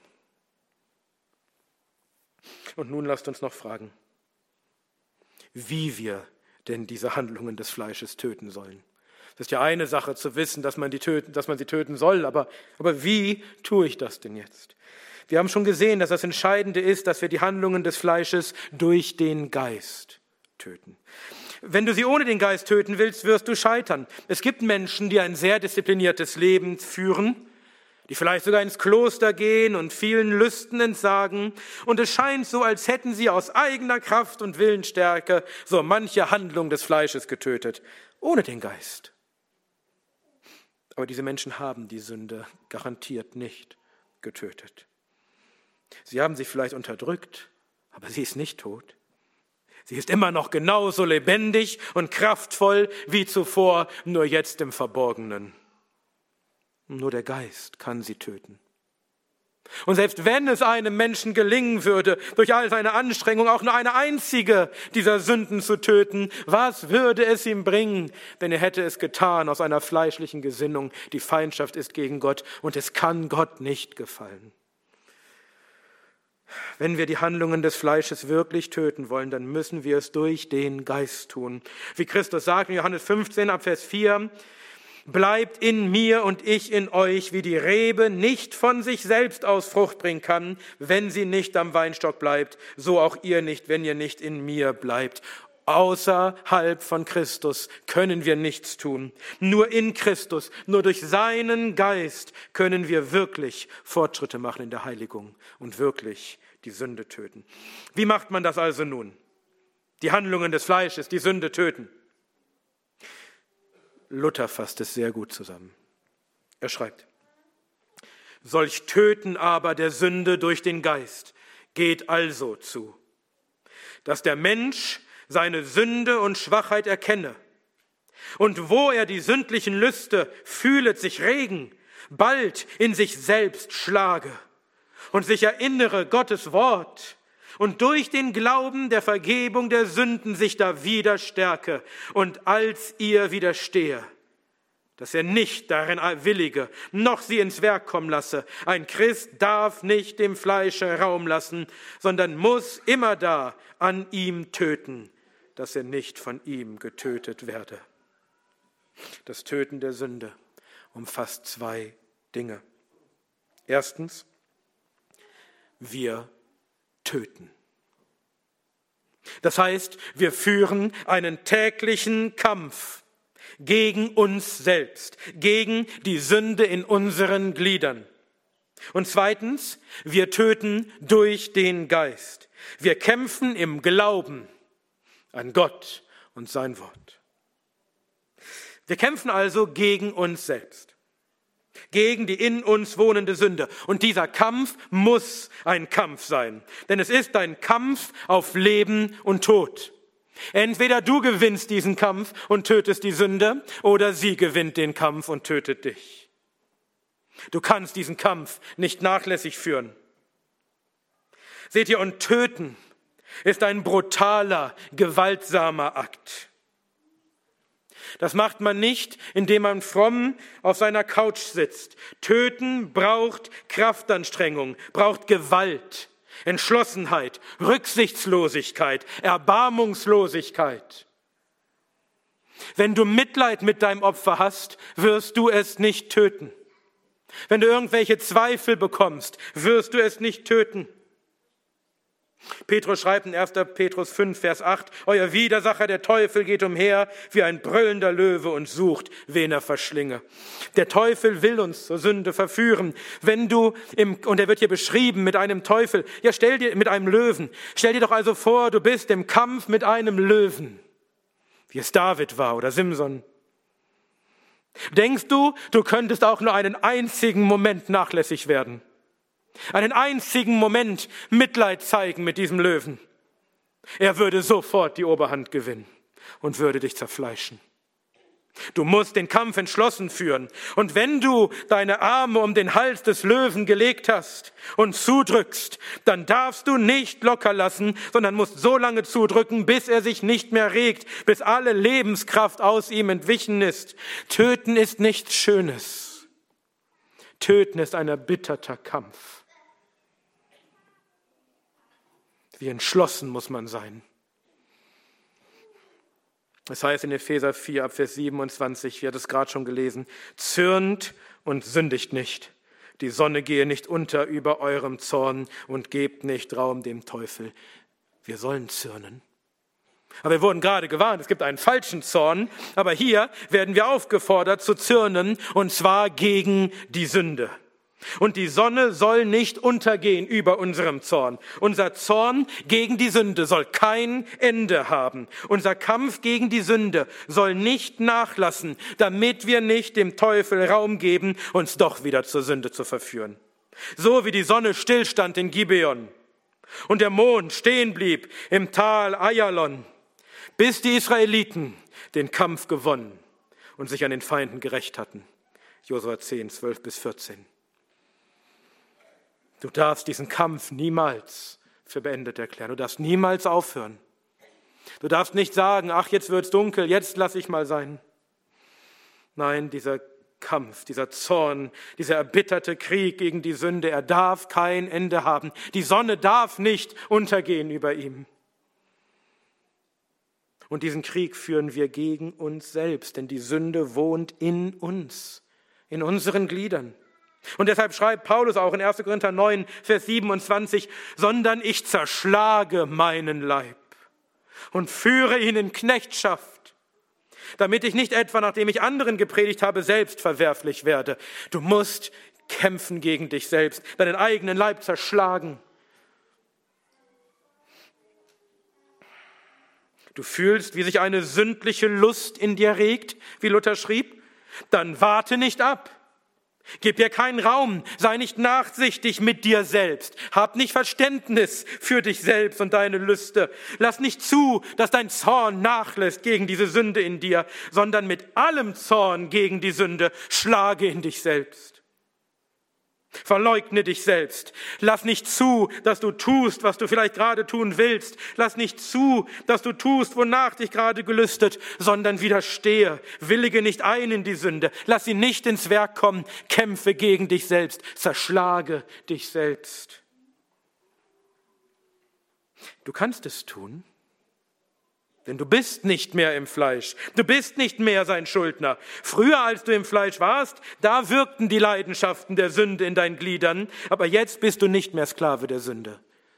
Und nun lasst uns noch fragen, wie wir denn diese Handlungen des Fleisches töten sollen. Es ist ja eine Sache zu wissen, dass man sie töten soll, aber wie tue ich das denn jetzt? Wir haben schon gesehen, dass das Entscheidende ist, dass wir die Handlungen des Fleisches durch den Geist töten. Wenn du sie ohne den Geist töten willst, wirst du scheitern. Es gibt Menschen, die ein sehr diszipliniertes Leben führen, die vielleicht sogar ins Kloster gehen und vielen Lüsten entsagen. Und es scheint so, als hätten sie aus eigener Kraft und Willensstärke so manche Handlung des Fleisches getötet, ohne den Geist. Aber diese Menschen haben die Sünde garantiert nicht getötet. Sie haben sie vielleicht unterdrückt, aber sie ist nicht tot. Sie ist immer noch genauso lebendig und kraftvoll wie zuvor, nur jetzt im Verborgenen. Nur der Geist kann sie töten. Und selbst wenn es einem Menschen gelingen würde, durch all seine Anstrengungen auch nur eine einzige dieser Sünden zu töten, was würde es ihm bringen? Denn er hätte es getan aus einer fleischlichen Gesinnung. Die Feindschaft ist gegen Gott und es kann Gott nicht gefallen. Wenn wir die Handlungen des Fleisches wirklich töten wollen, dann müssen wir es durch den Geist tun. Wie Christus sagt in Johannes 15 ab Vers 4, bleibt in mir und ich in euch, wie die Rebe nicht von sich selbst aus Frucht bringen kann, wenn sie nicht am Weinstock bleibt, so auch ihr nicht, wenn ihr nicht in mir bleibt. Außerhalb von Christus können wir nichts tun. Nur in Christus, nur durch seinen Geist können wir wirklich Fortschritte machen in der Heiligung und wirklich die Sünde töten. Wie macht man das also nun? Die Handlungen des Fleisches, die Sünde töten. Luther fasst es sehr gut zusammen. Er schreibt, solch Töten aber der Sünde durch den Geist geht also zu, dass der Mensch seine Sünde und Schwachheit erkenne und wo er die sündlichen Lüste fühlet sich regen, bald in sich selbst schlage und sich erinnere Gottes Wort und durch den Glauben der Vergebung der Sünden sich da wieder stärke und als ihr widerstehe, dass er nicht darin willige, noch sie ins Werk kommen lasse. Ein Christ darf nicht dem Fleische Raum lassen, sondern muss immer da an ihm töten, dass er nicht von ihm getötet werde. Das Töten der Sünde umfasst zwei Dinge. Erstens, wir töten. Das heißt, wir führen einen täglichen Kampf gegen uns selbst, gegen die Sünde in unseren Gliedern. Und zweitens, wir töten durch den Geist. Wir kämpfen im Glauben an Gott und sein Wort. Wir kämpfen also gegen uns selbst. Gegen die in uns wohnende Sünde. Und dieser Kampf muss ein Kampf sein. Denn es ist ein Kampf auf Leben und Tod. Entweder du gewinnst diesen Kampf und tötest die Sünde, oder sie gewinnt den Kampf und tötet dich. Du kannst diesen Kampf nicht nachlässig führen. Seht ihr, und töten ist ein brutaler, gewaltsamer Akt. Das macht man nicht, indem man fromm auf seiner Couch sitzt. Töten braucht Kraftanstrengung, braucht Gewalt, Entschlossenheit, Rücksichtslosigkeit, Erbarmungslosigkeit. Wenn du Mitleid mit deinem Opfer hast, wirst du es nicht töten. Wenn du irgendwelche Zweifel bekommst, wirst du es nicht töten. Petrus schreibt in 1. Petrus 5, Vers 8, euer Widersacher, der Teufel, geht umher wie ein brüllender Löwe und sucht, wen er verschlinge. Der Teufel will uns zur Sünde verführen. Und er wird hier beschrieben mit einem Teufel, ja mit einem Löwen. Stell dir doch also vor, du bist im Kampf mit einem Löwen, wie es David war oder Simson. Denkst du, du könntest auch nur einen einzigen Moment nachlässig werden? Einen einzigen Moment Mitleid zeigen mit diesem Löwen. Er würde sofort die Oberhand gewinnen und würde dich zerfleischen. Du musst den Kampf entschlossen führen. Und wenn du deine Arme um den Hals des Löwen gelegt hast und zudrückst, dann darfst du nicht locker lassen, sondern musst so lange zudrücken, bis er sich nicht mehr regt, bis alle Lebenskraft aus ihm entwichen ist. Töten ist nichts Schönes. Töten ist ein erbitterter Kampf. Wie entschlossen muss man sein. Es heißt in Epheser 4, ab Vers 27, wir hatten es gerade schon gelesen, zürnt und sündigt nicht. Die Sonne gehe nicht unter über eurem Zorn und gebt nicht Raum dem Teufel. Wir sollen zürnen. Aber wir wurden gerade gewarnt, es gibt einen falschen Zorn. Aber hier werden wir aufgefordert zu zürnen, und zwar gegen die Sünde. Und die Sonne soll nicht untergehen über unserem Zorn. Unser Zorn gegen die Sünde soll kein Ende haben. Unser Kampf gegen die Sünde soll nicht nachlassen, damit wir nicht dem Teufel Raum geben, uns doch wieder zur Sünde zu verführen. So wie die Sonne stillstand in Gibeon und der Mond stehen blieb im Tal Ayalon, bis die Israeliten den Kampf gewonnen und sich an den Feinden gerächt hatten. Josua 10, 12 bis 14. Du darfst diesen Kampf niemals für beendet erklären. Du darfst niemals aufhören. Du darfst nicht sagen, ach, jetzt wird's dunkel, jetzt lass ich mal sein. Nein, dieser Kampf, dieser Zorn, dieser erbitterte Krieg gegen die Sünde, er darf kein Ende haben. Die Sonne darf nicht untergehen über ihm. Und diesen Krieg führen wir gegen uns selbst, denn die Sünde wohnt in uns, in unseren Gliedern. Und deshalb schreibt Paulus auch in 1. Korinther 9, Vers 27, sondern ich zerschlage meinen Leib und führe ihn in Knechtschaft, damit ich nicht etwa, nachdem ich anderen gepredigt habe, selbst verwerflich werde. Du musst kämpfen gegen dich selbst, deinen eigenen Leib zerschlagen. Du fühlst, wie sich eine sündliche Lust in dir regt, wie Luther schrieb, dann warte nicht ab. Gib dir keinen Raum, sei nicht nachsichtig mit dir selbst, hab nicht Verständnis für dich selbst und deine Lüste. Lass nicht zu, dass dein Zorn nachlässt gegen diese Sünde in dir, sondern mit allem Zorn gegen die Sünde schlage in dich selbst. Verleugne dich selbst. Lass nicht zu, dass du tust, was du vielleicht gerade tun willst. Lass nicht zu, dass du tust, wonach dich gerade gelüstet, sondern widerstehe. Willige nicht ein in die Sünde. Lass sie nicht ins Werk kommen. Kämpfe gegen dich selbst. Zerschlage dich selbst. Du kannst es tun. Denn du bist nicht mehr im Fleisch. Du bist nicht mehr sein Schuldner. Früher, als du im Fleisch warst, da wirkten die Leidenschaften der Sünde in deinen Gliedern. Aber jetzt bist du nicht mehr Sklave der Sünde.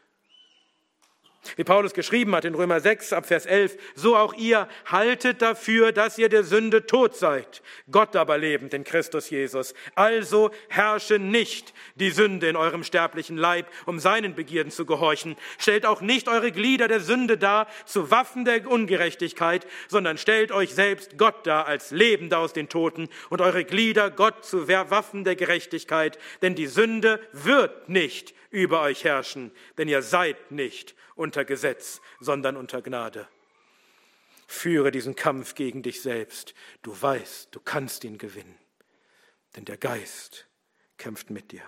Wie Paulus geschrieben hat in Römer 6, ab Vers 11, so auch ihr haltet dafür, dass ihr der Sünde tot seid, Gott aber lebend in Christus Jesus. Also herrsche nicht die Sünde in eurem sterblichen Leib, um seinen Begierden zu gehorchen. Stellt auch nicht eure Glieder der Sünde dar zu Waffen der Ungerechtigkeit, sondern stellt euch selbst Gott dar als Lebende aus den Toten und eure Glieder Gott zu Waffen der Gerechtigkeit. Denn die Sünde wird nicht über euch herrschen, denn ihr seid nicht unter Gesetz, sondern unter Gnade. Führe diesen Kampf gegen dich selbst. Du weißt, du kannst ihn gewinnen, denn der Geist kämpft mit dir.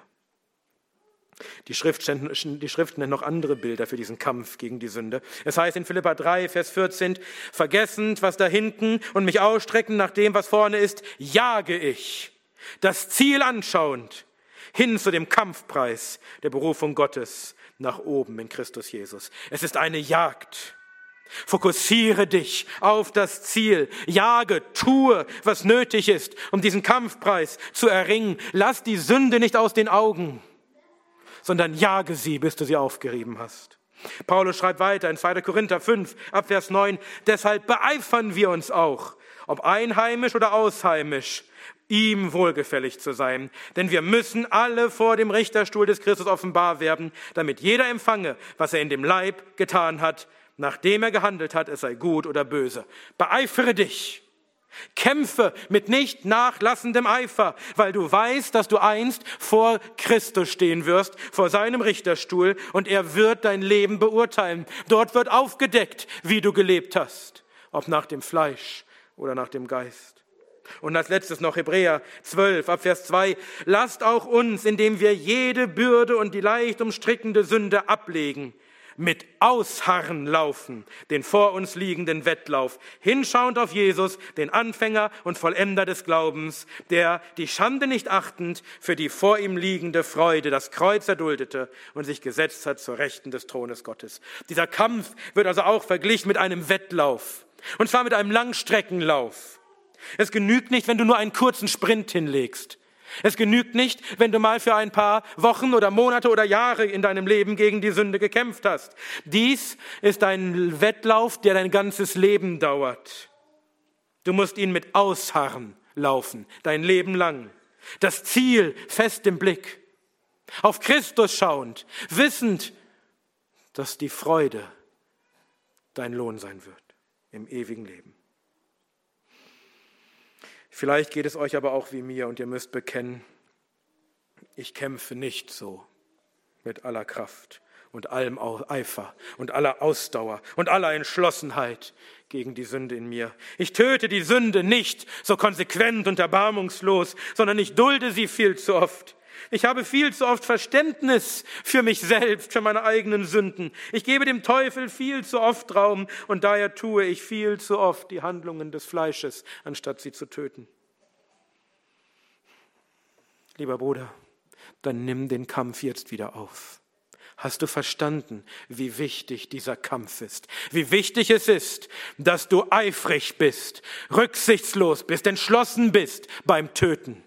Die Schrift nennt noch andere Bilder für diesen Kampf gegen die Sünde. Es heißt in Philipper 3, Vers 14, vergessend, was da hinten und mich ausstreckend nach dem, was vorne ist, jage ich, das Ziel anschauend, hin zu dem Kampfpreis der Berufung Gottes nach oben in Christus Jesus. Es ist eine Jagd. Fokussiere dich auf das Ziel. Jage, tue, was nötig ist, um diesen Kampfpreis zu erringen. Lass die Sünde nicht aus den Augen, sondern jage sie, bis du sie aufgerieben hast. Paulus schreibt weiter in 2. Korinther 5, ab Vers 9, deshalb beeifern wir uns auch, ob einheimisch oder ausheimisch, ihm wohlgefällig zu sein. Denn wir müssen alle vor dem Richterstuhl des Christus offenbar werden, damit jeder empfange, was er in dem Leib getan hat, nachdem er gehandelt hat, es sei gut oder böse. Beeifere dich. Kämpfe mit nicht nachlassendem Eifer, weil du weißt, dass du einst vor Christus stehen wirst, vor seinem Richterstuhl, und er wird dein Leben beurteilen. Dort wird aufgedeckt, wie du gelebt hast, ob nach dem Fleisch oder nach dem Geist. Und als letztes noch Hebräer 12, ab Vers 2. Lasst auch uns, indem wir jede Bürde und die leicht umstrickende Sünde ablegen, mit Ausharren laufen, den vor uns liegenden Wettlauf, hinschauend auf Jesus, den Anfänger und Vollender des Glaubens, der, die Schande nicht achtend, für die vor ihm liegende Freude das Kreuz erduldete und sich gesetzt hat zur Rechten des Thrones Gottes. Dieser Kampf wird also auch verglichen mit einem Wettlauf, und zwar mit einem Langstreckenlauf. Es genügt nicht, wenn du nur einen kurzen Sprint hinlegst. Es genügt nicht, wenn du mal für ein paar Wochen oder Monate oder Jahre in deinem Leben gegen die Sünde gekämpft hast. Dies ist ein Wettlauf, der dein ganzes Leben dauert. Du musst ihn mit Ausharren laufen, dein Leben lang. Das Ziel fest im Blick. Auf Christus schauend, wissend, dass die Freude dein Lohn sein wird im ewigen Leben. Vielleicht geht es euch aber auch wie mir und ihr müsst bekennen, ich kämpfe nicht so mit aller Kraft und allem Eifer und aller Ausdauer und aller Entschlossenheit gegen die Sünde in mir. Ich töte die Sünde nicht so konsequent und erbarmungslos, sondern ich dulde sie viel zu oft. Ich habe viel zu oft Verständnis für mich selbst, für meine eigenen Sünden. Ich gebe dem Teufel viel zu oft Raum und daher tue ich viel zu oft die Handlungen des Fleisches, anstatt sie zu töten. Lieber Bruder, dann nimm den Kampf jetzt wieder auf. Hast du verstanden, wie wichtig dieser Kampf ist? Wie wichtig es ist, dass du eifrig bist, rücksichtslos bist, entschlossen bist beim Töten.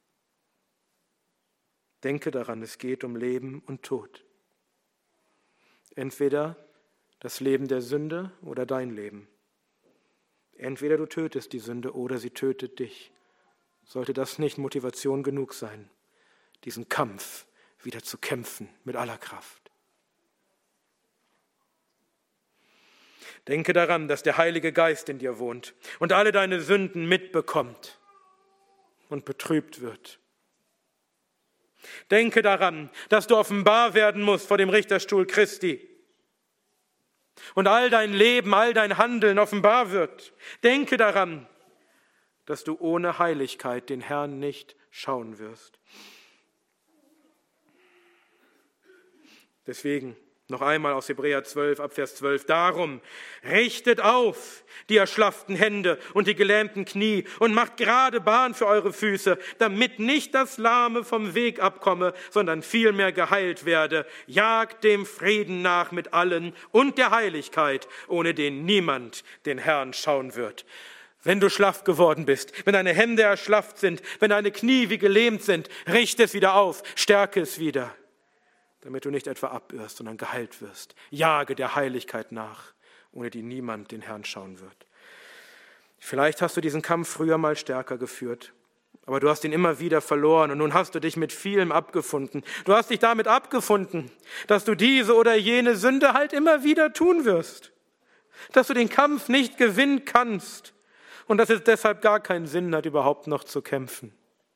Denke daran, es geht um Leben und Tod. Entweder das Leben der Sünde oder dein Leben. Entweder du tötest die Sünde oder sie tötet dich. Sollte das nicht Motivation genug sein, diesen Kampf wieder zu kämpfen mit aller Kraft? Denke daran, dass der Heilige Geist in dir wohnt und alle deine Sünden mitbekommt und betrübt wird. Denke daran, dass du offenbar werden musst vor dem Richterstuhl Christi und all dein Leben, all dein Handeln offenbar wird. Denke daran, dass du ohne Heiligkeit den Herrn nicht schauen wirst. Deswegen noch einmal aus Hebräer 12, Abvers 12. Darum richtet auf die erschlafften Hände und die gelähmten Knie und macht gerade Bahn für eure Füße, damit nicht das Lahme vom Weg abkomme, sondern vielmehr geheilt werde. Jagt dem Frieden nach mit allen und der Heiligkeit, ohne den niemand den Herrn schauen wird. Wenn du schlaff geworden bist, wenn deine Hände erschlafft sind, wenn deine Knie wie gelähmt sind, richte es wieder auf, stärke es wieder, damit du nicht etwa abirrst, sondern geheilt wirst. Jage der Heiligkeit nach, ohne die niemand den Herrn schauen wird. Vielleicht hast du diesen Kampf früher mal stärker geführt, aber du hast ihn immer wieder verloren und nun hast du dich mit vielem abgefunden. Du hast dich damit abgefunden, dass du diese oder jene Sünde halt immer wieder tun wirst, dass du den Kampf nicht gewinnen kannst und dass es deshalb gar keinen Sinn hat, überhaupt noch zu kämpfen.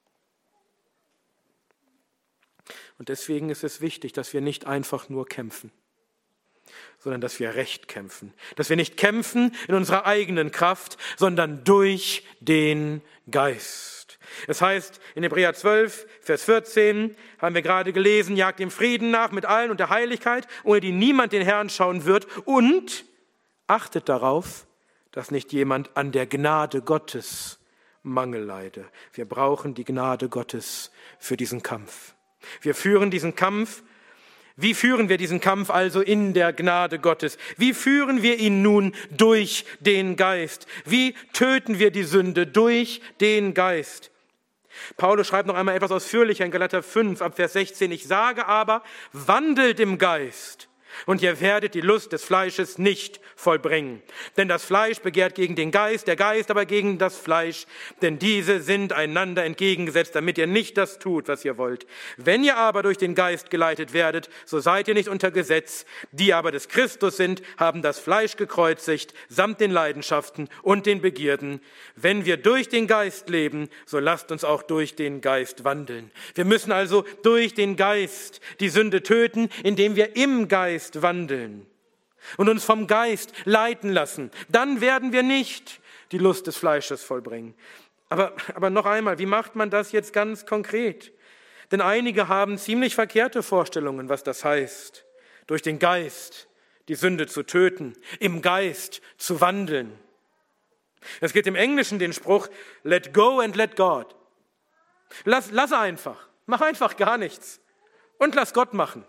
Und deswegen ist es wichtig, dass wir nicht einfach nur kämpfen, sondern dass wir recht kämpfen. Dass wir nicht kämpfen in unserer eigenen Kraft, sondern durch den Geist. Es heißt in Hebräer 12, Vers 14, haben wir gerade gelesen, jagt dem Frieden nach mit allen und der Heiligkeit, ohne die niemand den Herrn schauen wird, und achtet darauf, dass nicht jemand an der Gnade Gottes Mangel leide. Wir brauchen die Gnade Gottes für diesen Kampf. Wir führen diesen Kampf. Wie führen wir diesen Kampf also in der Gnade Gottes? Wie führen wir ihn nun durch den Geist? Wie töten wir die Sünde durch den Geist? Paulus schreibt noch einmal etwas ausführlicher in Galater 5, ab Vers 16. Ich sage aber, wandelt im Geist, und ihr werdet die Lust des Fleisches nicht vollbringen. Denn das Fleisch begehrt gegen den Geist, der Geist aber gegen das Fleisch. Denn diese sind einander entgegengesetzt, damit ihr nicht das tut, was ihr wollt. Wenn ihr aber durch den Geist geleitet werdet, so seid ihr nicht unter Gesetz. Die aber des Christus sind, haben das Fleisch gekreuzigt, samt den Leidenschaften und den Begierden. Wenn wir durch den Geist leben, so lasst uns auch durch den Geist wandeln. Wir müssen also durch den Geist die Sünde töten, indem wir im Geist wandeln und uns vom Geist leiten lassen. Dann werden wir nicht die Lust des Fleisches vollbringen. Aber noch einmal, wie macht man das jetzt ganz konkret? Denn einige haben ziemlich verkehrte Vorstellungen, was das heißt, durch den Geist die Sünde zu töten, im Geist zu wandeln. Es gibt im Englischen den Spruch, let go and let God. Lass einfach, mach einfach gar nichts und lass Gott machen.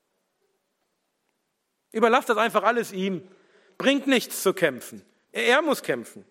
Überlass das einfach alles ihm. Bringt nichts zu kämpfen. Er muss kämpfen.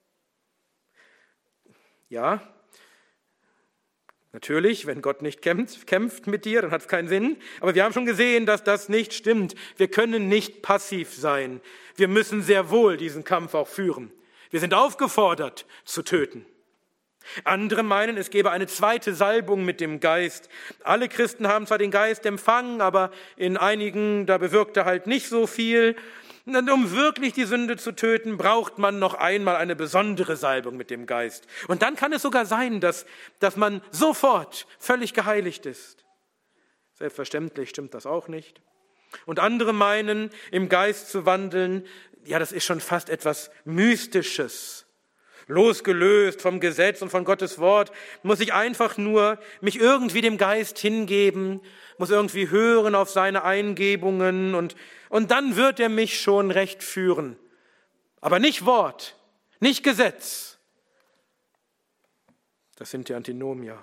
Ja, natürlich, wenn Gott nicht kämpft mit dir, dann hat es keinen Sinn. Aber wir haben schon gesehen, dass das nicht stimmt. Wir können nicht passiv sein. Wir müssen sehr wohl diesen Kampf auch führen. Wir sind aufgefordert zu töten. Andere meinen, es gäbe eine zweite Salbung mit dem Geist. Alle Christen haben zwar den Geist empfangen, aber in einigen, da bewirkt er halt nicht so viel. Und um wirklich die Sünde zu töten, braucht man noch einmal eine besondere Salbung mit dem Geist. Und dann kann es sogar sein, dass man sofort völlig geheiligt ist. Selbstverständlich stimmt das auch nicht. Und andere meinen, im Geist zu wandeln, ja, das ist schon fast etwas Mystisches. Losgelöst vom Gesetz und von Gottes Wort, muss ich einfach nur mich irgendwie dem Geist hingeben, muss irgendwie hören auf seine Eingebungen und dann wird er mich schon recht führen. Aber nicht Wort, nicht Gesetz. Das sind die Antinomier.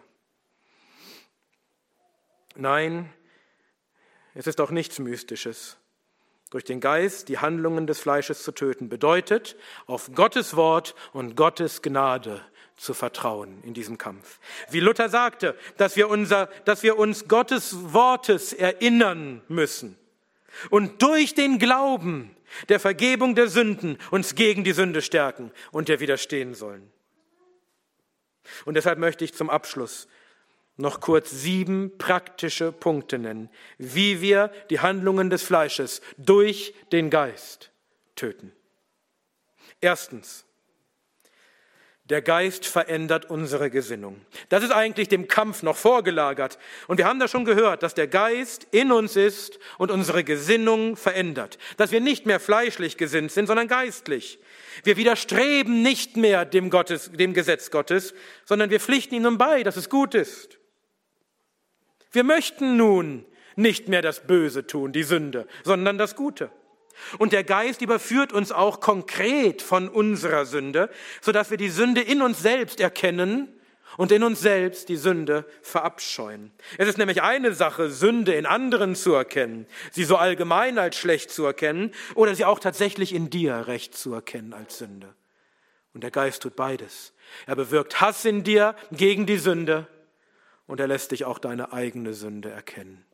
Nein, es ist auch nichts Mystisches. Durch den Geist die Handlungen des Fleisches zu töten, bedeutet, auf Gottes Wort und Gottes Gnade zu vertrauen in diesem Kampf. Wie Luther sagte, dass wir uns Gottes Wortes erinnern müssen und durch den Glauben der Vergebung der Sünden uns gegen die Sünde stärken und der widerstehen sollen. Und deshalb möchte ich zum Abschluss noch kurz 7 praktische Punkte nennen, wie wir die Handlungen des Fleisches durch den Geist töten. Erstens, der Geist verändert unsere Gesinnung. Das ist eigentlich dem Kampf noch vorgelagert. Und wir haben da schon gehört, dass der Geist in uns ist und unsere Gesinnung verändert. Dass wir nicht mehr fleischlich gesinnt sind, sondern geistlich. Wir widerstreben nicht mehr dem Gesetz Gottes, sondern wir pflichten ihm nun bei, dass es gut ist. Wir möchten nun nicht mehr das Böse tun, die Sünde, sondern das Gute. Und der Geist überführt uns auch konkret von unserer Sünde, sodass wir die Sünde in uns selbst erkennen und in uns selbst die Sünde verabscheuen. Es ist nämlich eine Sache, Sünde in anderen zu erkennen, sie so allgemein als schlecht zu erkennen oder sie auch tatsächlich in dir recht zu erkennen als Sünde. Und der Geist tut beides. Er bewirkt Hass in dir gegen die Sünde und er lässt dich auch deine eigene Sünde erkennen.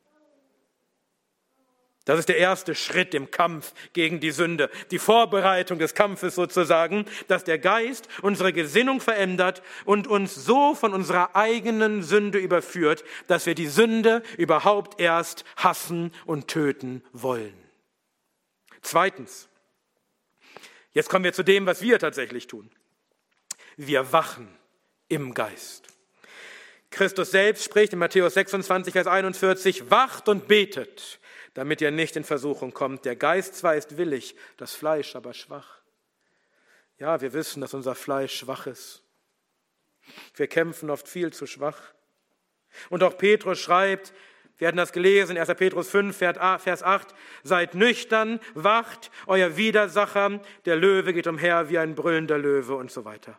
Das ist der erste Schritt im Kampf gegen die Sünde, die Vorbereitung des Kampfes sozusagen, dass der Geist unsere Gesinnung verändert und uns so von unserer eigenen Sünde überführt, dass wir die Sünde überhaupt erst hassen und töten wollen. Zweitens, jetzt kommen wir zu dem, was wir tatsächlich tun. Wir wachen im Geist. Christus selbst spricht in Matthäus 26, Vers 41, wacht und betet, damit ihr nicht in Versuchung kommt. Der Geist zwar ist willig, das Fleisch aber schwach. Ja, wir wissen, dass unser Fleisch schwach ist. Wir kämpfen oft viel zu schwach. Und auch Petrus schreibt, wir hatten das gelesen, 1. Petrus 5, Vers 8, seid nüchtern, wacht, euer Widersacher, der Löwe geht umher wie ein brüllender Löwe und so weiter.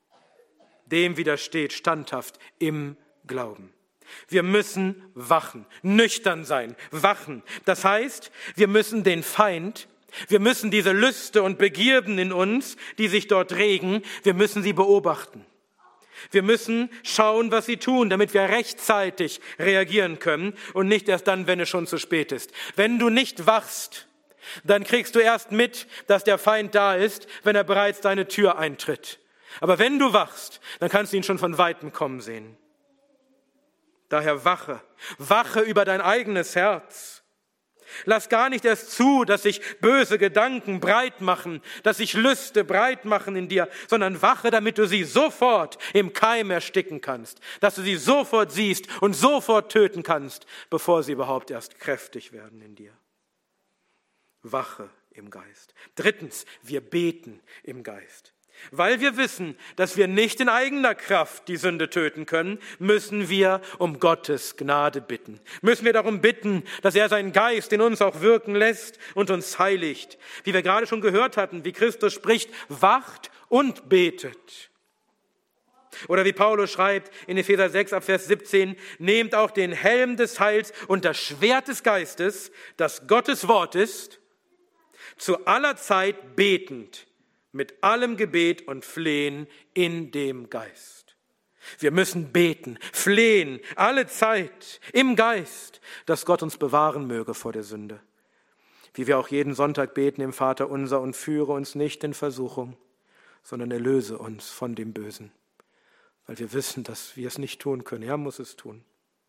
Dem widersteht standhaft im Glauben. Wir müssen wachen, nüchtern sein, wachen. Das heißt, wir müssen den Feind, wir müssen diese Lüste und Begierden in uns, die sich dort regen, wir müssen sie beobachten. Wir müssen schauen, was sie tun, damit wir rechtzeitig reagieren können und nicht erst dann, wenn es schon zu spät ist. Wenn du nicht wachst, dann kriegst du erst mit, dass der Feind da ist, wenn er bereits deine Tür eintritt. Aber wenn du wachst, dann kannst du ihn schon von Weitem kommen sehen. Daher wache über dein eigenes Herz. Lass gar nicht erst zu, dass sich böse Gedanken breit machen, dass sich Lüste breit machen in dir, sondern wache, damit du sie sofort im Keim ersticken kannst, dass du sie sofort siehst und sofort töten kannst, bevor sie überhaupt erst kräftig werden in dir. Wache im Geist. Drittens, wir beten im Geist. Weil wir wissen, dass wir nicht in eigener Kraft die Sünde töten können, müssen wir um Gottes Gnade bitten. Müssen wir darum bitten, dass er seinen Geist in uns auch wirken lässt und uns heiligt. Wie wir gerade schon gehört hatten, wie Christus spricht, wacht und betet. Oder wie Paulus schreibt in Epheser 6 ab Vers 17, nehmt auch den Helm des Heils und das Schwert des Geistes, das Gottes Wort ist, zu aller Zeit betend, mit allem Gebet und Flehen in dem Geist. Wir müssen beten, flehen, alle Zeit im Geist, dass Gott uns bewahren möge vor der Sünde. Wie wir auch jeden Sonntag beten im Vater unser und führe uns nicht in Versuchung, sondern erlöse uns von dem Bösen. Weil wir wissen, dass wir es nicht tun können. Er muss es tun.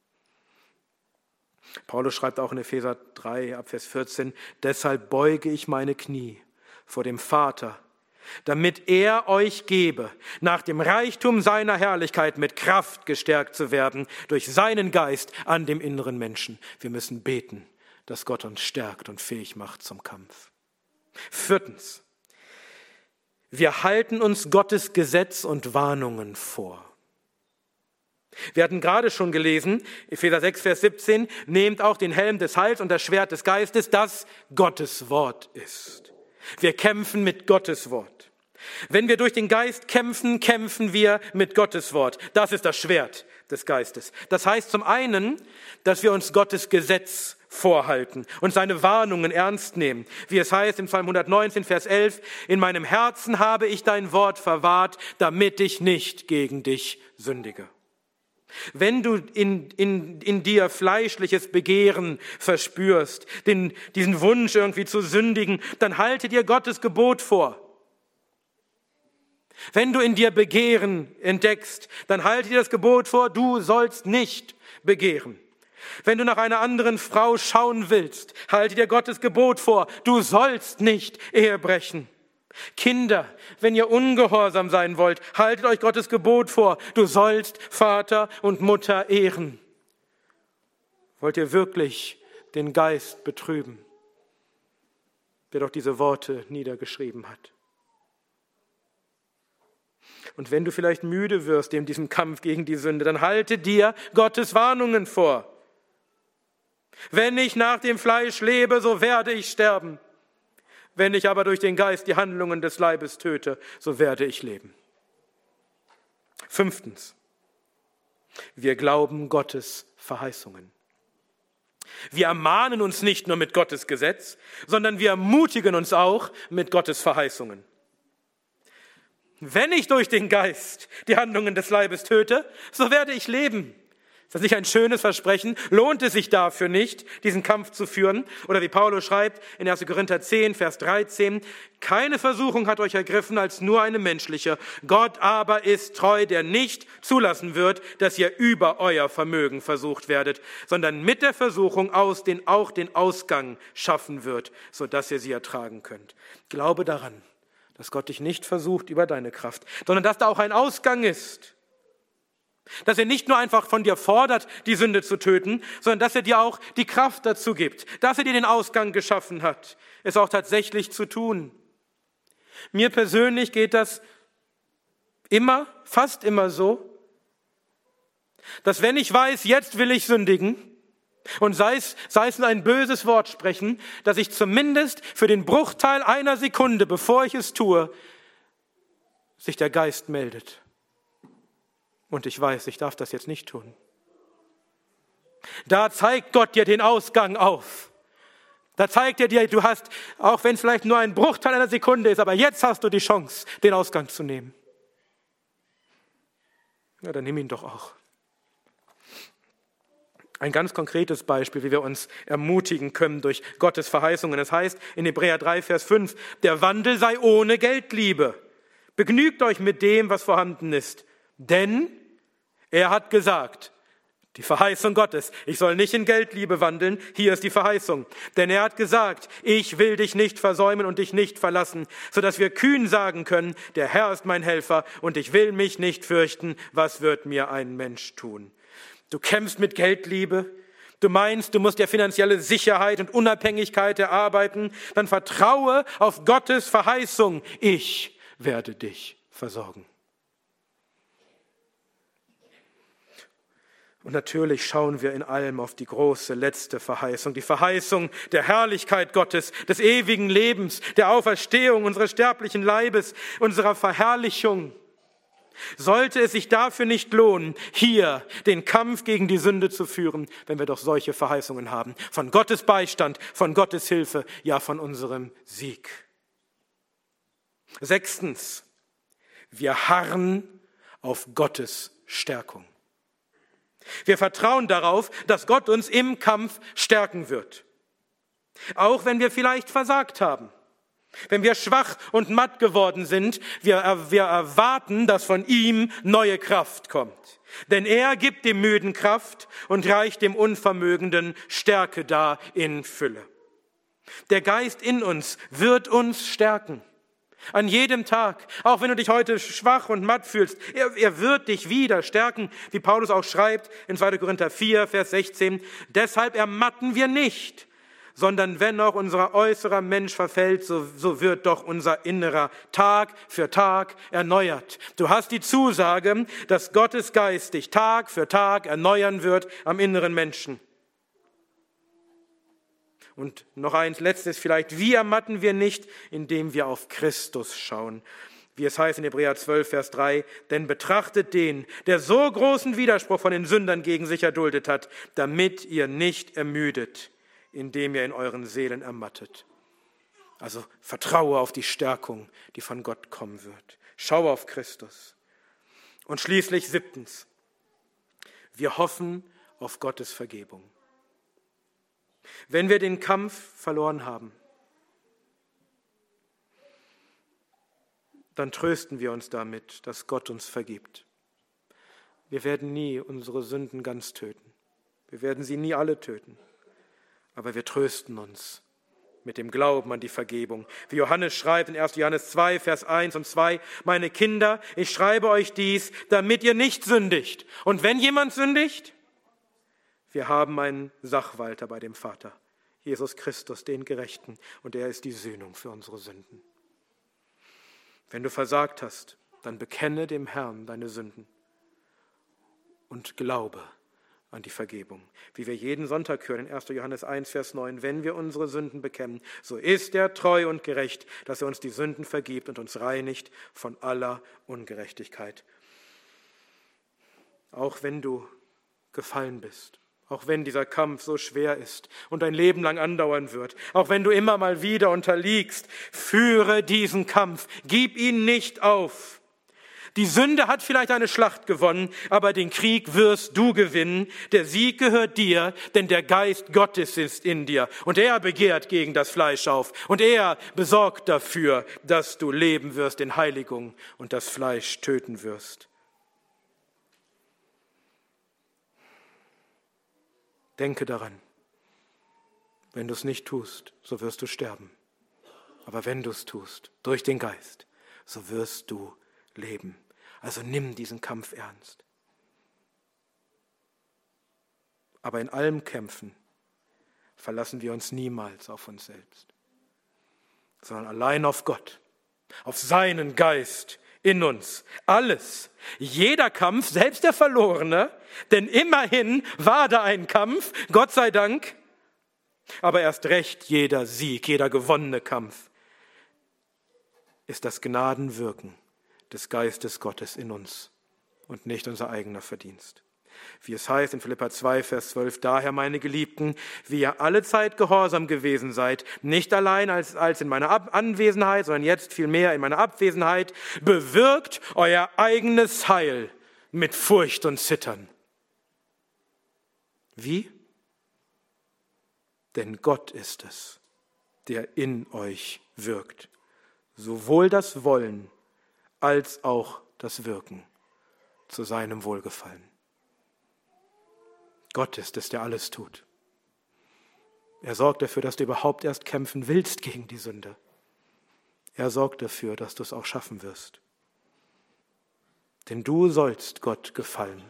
Paulus schreibt auch in Epheser 3 ab Vers 14, deshalb beuge ich meine Knie vor dem Vater, damit er euch gebe, nach dem Reichtum seiner Herrlichkeit mit Kraft gestärkt zu werden durch seinen Geist an dem inneren Menschen. Wir müssen beten, dass Gott uns stärkt und fähig macht zum Kampf. 4. Wir halten uns Gottes Gesetz und Warnungen vor. Wir hatten gerade schon gelesen, Epheser 6, Vers 17, nehmt auch den Helm des Heils und das Schwert des Geistes, das Gottes Wort ist. Wir kämpfen mit Gottes Wort. Wenn wir durch den Geist kämpfen, kämpfen wir mit Gottes Wort. Das ist das Schwert des Geistes. Das heißt zum einen, dass wir uns Gottes Gesetz vorhalten und seine Warnungen ernst nehmen. Wie es heißt im Psalm 119, Vers 11, in meinem Herzen habe ich dein Wort verwahrt, damit ich nicht gegen dich sündige. Wenn du in dir fleischliches Begehren verspürst, diesen Wunsch irgendwie zu sündigen, dann halte dir Gottes Gebot vor. Wenn du in dir Begehren entdeckst, dann halte dir das Gebot vor, du sollst nicht begehren. Wenn du nach einer anderen Frau schauen willst, halte dir Gottes Gebot vor, du sollst nicht Ehe brechen. Kinder, wenn ihr ungehorsam sein wollt, haltet euch Gottes Gebot vor, du sollst Vater und Mutter ehren. Wollt ihr wirklich den Geist betrüben, der doch diese Worte niedergeschrieben hat? Und wenn du vielleicht müde wirst in diesem Kampf gegen die Sünde, dann halte dir Gottes Warnungen vor. Wenn ich nach dem Fleisch lebe, so werde ich sterben. Wenn ich aber durch den Geist die Handlungen des Leibes töte, so werde ich leben. 5. Wir glauben Gottes Verheißungen. Wir ermahnen uns nicht nur mit Gottes Gesetz, sondern wir ermutigen uns auch mit Gottes Verheißungen. Wenn ich durch den Geist die Handlungen des Leibes töte, so werde ich leben. Ist das nicht ein schönes Versprechen? Lohnt es sich dafür nicht, diesen Kampf zu führen? Oder wie Paulus schreibt in 1. Korinther 10, Vers 13, keine Versuchung hat euch ergriffen als nur eine menschliche. Gott aber ist treu, der nicht zulassen wird, dass ihr über euer Vermögen versucht werdet, sondern mit der Versuchung auch den Ausgang schaffen wird, sodass ihr sie ertragen könnt. Glaube daran, dass Gott dich nicht versucht über deine Kraft, sondern dass da auch ein Ausgang ist. Dass er nicht nur einfach von dir fordert, die Sünde zu töten, sondern dass er dir auch die Kraft dazu gibt, dass er dir den Ausgang geschaffen hat, es auch tatsächlich zu tun. Mir persönlich geht das fast immer so, dass wenn ich weiß, jetzt will ich sündigen, und sei es ein böses Wort sprechen, dass ich zumindest für den Bruchteil einer Sekunde, bevor ich es tue, sich der Geist meldet. Und ich weiß, ich darf das jetzt nicht tun. Da zeigt Gott dir den Ausgang auf. Da zeigt er dir, du hast, auch wenn es vielleicht nur ein Bruchteil einer Sekunde ist, aber jetzt hast du die Chance, den Ausgang zu nehmen. Ja, dann nimm ihn doch auch. Ein ganz konkretes Beispiel, wie wir uns ermutigen können durch Gottes Verheißungen. Es heißt in Hebräer 3, Vers 5, der Wandel sei ohne Geldliebe. Begnügt euch mit dem, was vorhanden ist. Denn er hat gesagt, die Verheißung Gottes, ich soll nicht in Geldliebe wandeln, hier ist die Verheißung. Denn er hat gesagt, ich will dich nicht versäumen und dich nicht verlassen, sodass wir kühn sagen können, der Herr ist mein Helfer und ich will mich nicht fürchten, was wird mir ein Mensch tun. Du kämpfst mit Geldliebe, du meinst, du musst dir finanzielle Sicherheit und Unabhängigkeit erarbeiten, dann vertraue auf Gottes Verheißung, ich werde dich versorgen. Und natürlich schauen wir in allem auf die große letzte Verheißung, die Verheißung der Herrlichkeit Gottes, des ewigen Lebens, der Auferstehung unseres sterblichen Leibes, unserer Verherrlichung. Sollte es sich dafür nicht lohnen, hier den Kampf gegen die Sünde zu führen, wenn wir doch solche Verheißungen haben, von Gottes Beistand, von Gottes Hilfe, ja von unserem Sieg. 6. Wir harren auf Gottes Stärkung. Wir vertrauen darauf, dass Gott uns im Kampf stärken wird. Auch wenn wir vielleicht versagt haben. Wenn wir schwach und matt geworden sind, wir erwarten, dass von ihm neue Kraft kommt. Denn er gibt dem Müden Kraft und reicht dem Unvermögenden Stärke dar in Fülle. Der Geist in uns wird uns stärken. An jedem Tag, auch wenn du dich heute schwach und matt fühlst, er wird dich wieder stärken, wie Paulus auch schreibt in 2. Korinther 4, Vers 16. Deshalb ermatten wir nicht, sondern wenn auch unser äußerer Mensch verfällt, so wird doch unser innerer Tag für Tag erneuert. Du hast die Zusage, dass Gottes Geist dich Tag für Tag erneuern wird am inneren Menschen. Und noch eins letztes vielleicht, wie ermatten wir nicht, indem wir auf Christus schauen? Wie es heißt in Hebräer 12, Vers 3, denn betrachtet den, der so großen Widerspruch von den Sündern gegen sich erduldet hat, damit ihr nicht ermüdet, indem ihr in euren Seelen ermattet. Also vertraue auf die Stärkung, die von Gott kommen wird. Schaue auf Christus. Und schließlich 7. Wir hoffen auf Gottes Vergebung. Wenn wir den Kampf verloren haben, dann trösten wir uns damit, dass Gott uns vergibt. Wir werden nie unsere Sünden ganz töten. Wir werden sie nie alle töten. Aber wir trösten uns mit dem Glauben an die Vergebung. Wie Johannes schreibt in 1. Johannes 2, Vers 1 und 2, meine Kinder, ich schreibe euch dies, damit ihr nicht sündigt. Und wenn jemand sündigt, wir haben einen Sachwalter bei dem Vater, Jesus Christus, den Gerechten, und er ist die Sühnung für unsere Sünden. Wenn du versagt hast, dann bekenne dem Herrn deine Sünden und glaube an die Vergebung. Wie wir jeden Sonntag hören in 1. Johannes 1, Vers 9, wenn wir unsere Sünden bekennen, so ist er treu und gerecht, dass er uns die Sünden vergibt und uns reinigt von aller Ungerechtigkeit. Auch wenn du gefallen bist, auch wenn dieser Kampf so schwer ist und dein Leben lang andauern wird, auch wenn du immer mal wieder unterliegst, führe diesen Kampf, gib ihn nicht auf. Die Sünde hat vielleicht eine Schlacht gewonnen, aber den Krieg wirst du gewinnen. Der Sieg gehört dir, denn der Geist Gottes ist in dir und er begehrt gegen das Fleisch auf und er besorgt dafür, dass du leben wirst in Heiligung und das Fleisch töten wirst. Denke daran, wenn du es nicht tust, so wirst du sterben. Aber wenn du es tust, durch den Geist, so wirst du leben. Also nimm diesen Kampf ernst. Aber in allem Kämpfen verlassen wir uns niemals auf uns selbst, sondern allein auf Gott, auf seinen Geist in uns. Alles, jeder Kampf, selbst der Verlorene, denn immerhin war da ein Kampf, Gott sei Dank, aber erst recht jeder Sieg, jeder gewonnene Kampf ist das Gnadenwirken des Geistes Gottes in uns und nicht unser eigener Verdienst. Wie es heißt in Philipper 2, Vers 12, daher, meine Geliebten, wie ihr alle Zeit gehorsam gewesen seid, nicht allein als in meiner Anwesenheit, sondern jetzt vielmehr in meiner Abwesenheit, bewirkt euer eigenes Heil mit Furcht und Zittern. Wie? Denn Gott ist es, der in euch wirkt, sowohl das Wollen als auch das Wirken zu seinem Wohlgefallen. Gott ist es, der alles tut. Er sorgt dafür, dass du überhaupt erst kämpfen willst gegen die Sünde. Er sorgt dafür, dass du es auch schaffen wirst. Denn du sollst Gott gefallen.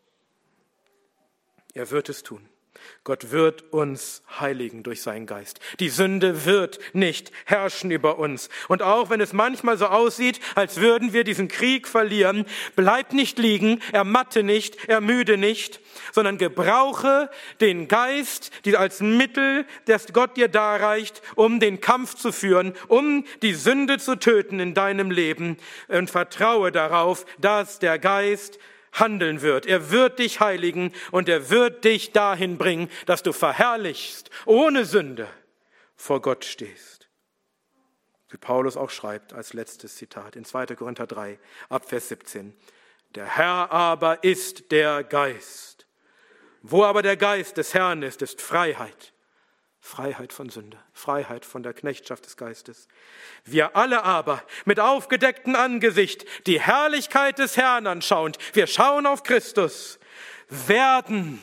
Er wird es tun. Gott wird uns heiligen durch seinen Geist. Die Sünde wird nicht herrschen über uns. Und auch wenn es manchmal so aussieht, als würden wir diesen Krieg verlieren, bleib nicht liegen, ermatte nicht, ermüde nicht, sondern gebrauche den Geist als Mittel, das Gott dir darreicht, um den Kampf zu führen, um die Sünde zu töten in deinem Leben und vertraue darauf, dass der Geist handeln wird. Er wird dich heiligen und er wird dich dahin bringen, dass du verherrlichst, ohne Sünde vor Gott stehst. Wie Paulus auch schreibt als letztes Zitat in 2. Korinther 3, ab Vers 17. Der Herr aber ist der Geist. Wo aber der Geist des Herrn ist, ist Freiheit. Freiheit von Sünde, Freiheit von der Knechtschaft des Geistes. Wir alle aber mit aufgedecktem Angesicht die Herrlichkeit des Herrn anschauend, wir schauen auf Christus, werden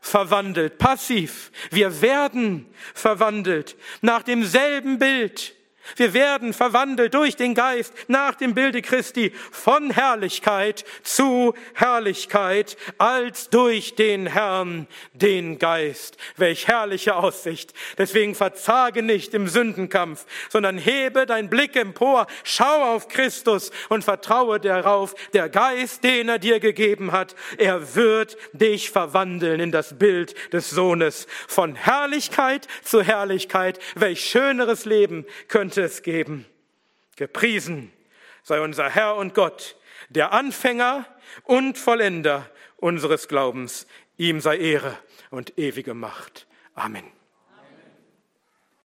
verwandelt, passiv, wir werden verwandelt nach demselben Bild Wir werden verwandelt durch den Geist nach dem Bilde Christi von Herrlichkeit zu Herrlichkeit als durch den Herrn, den Geist. Welch herrliche Aussicht. Deswegen verzage nicht im Sündenkampf, sondern hebe deinen Blick empor, schau auf Christus und vertraue darauf, der Geist, den er dir gegeben hat, er wird dich verwandeln in das Bild des Sohnes. Von Herrlichkeit zu Herrlichkeit. Welch schöneres Leben könnte es geben. Gepriesen sei unser Herr und Gott, der Anfänger und Vollender unseres Glaubens. Ihm sei Ehre und ewige Macht. Amen.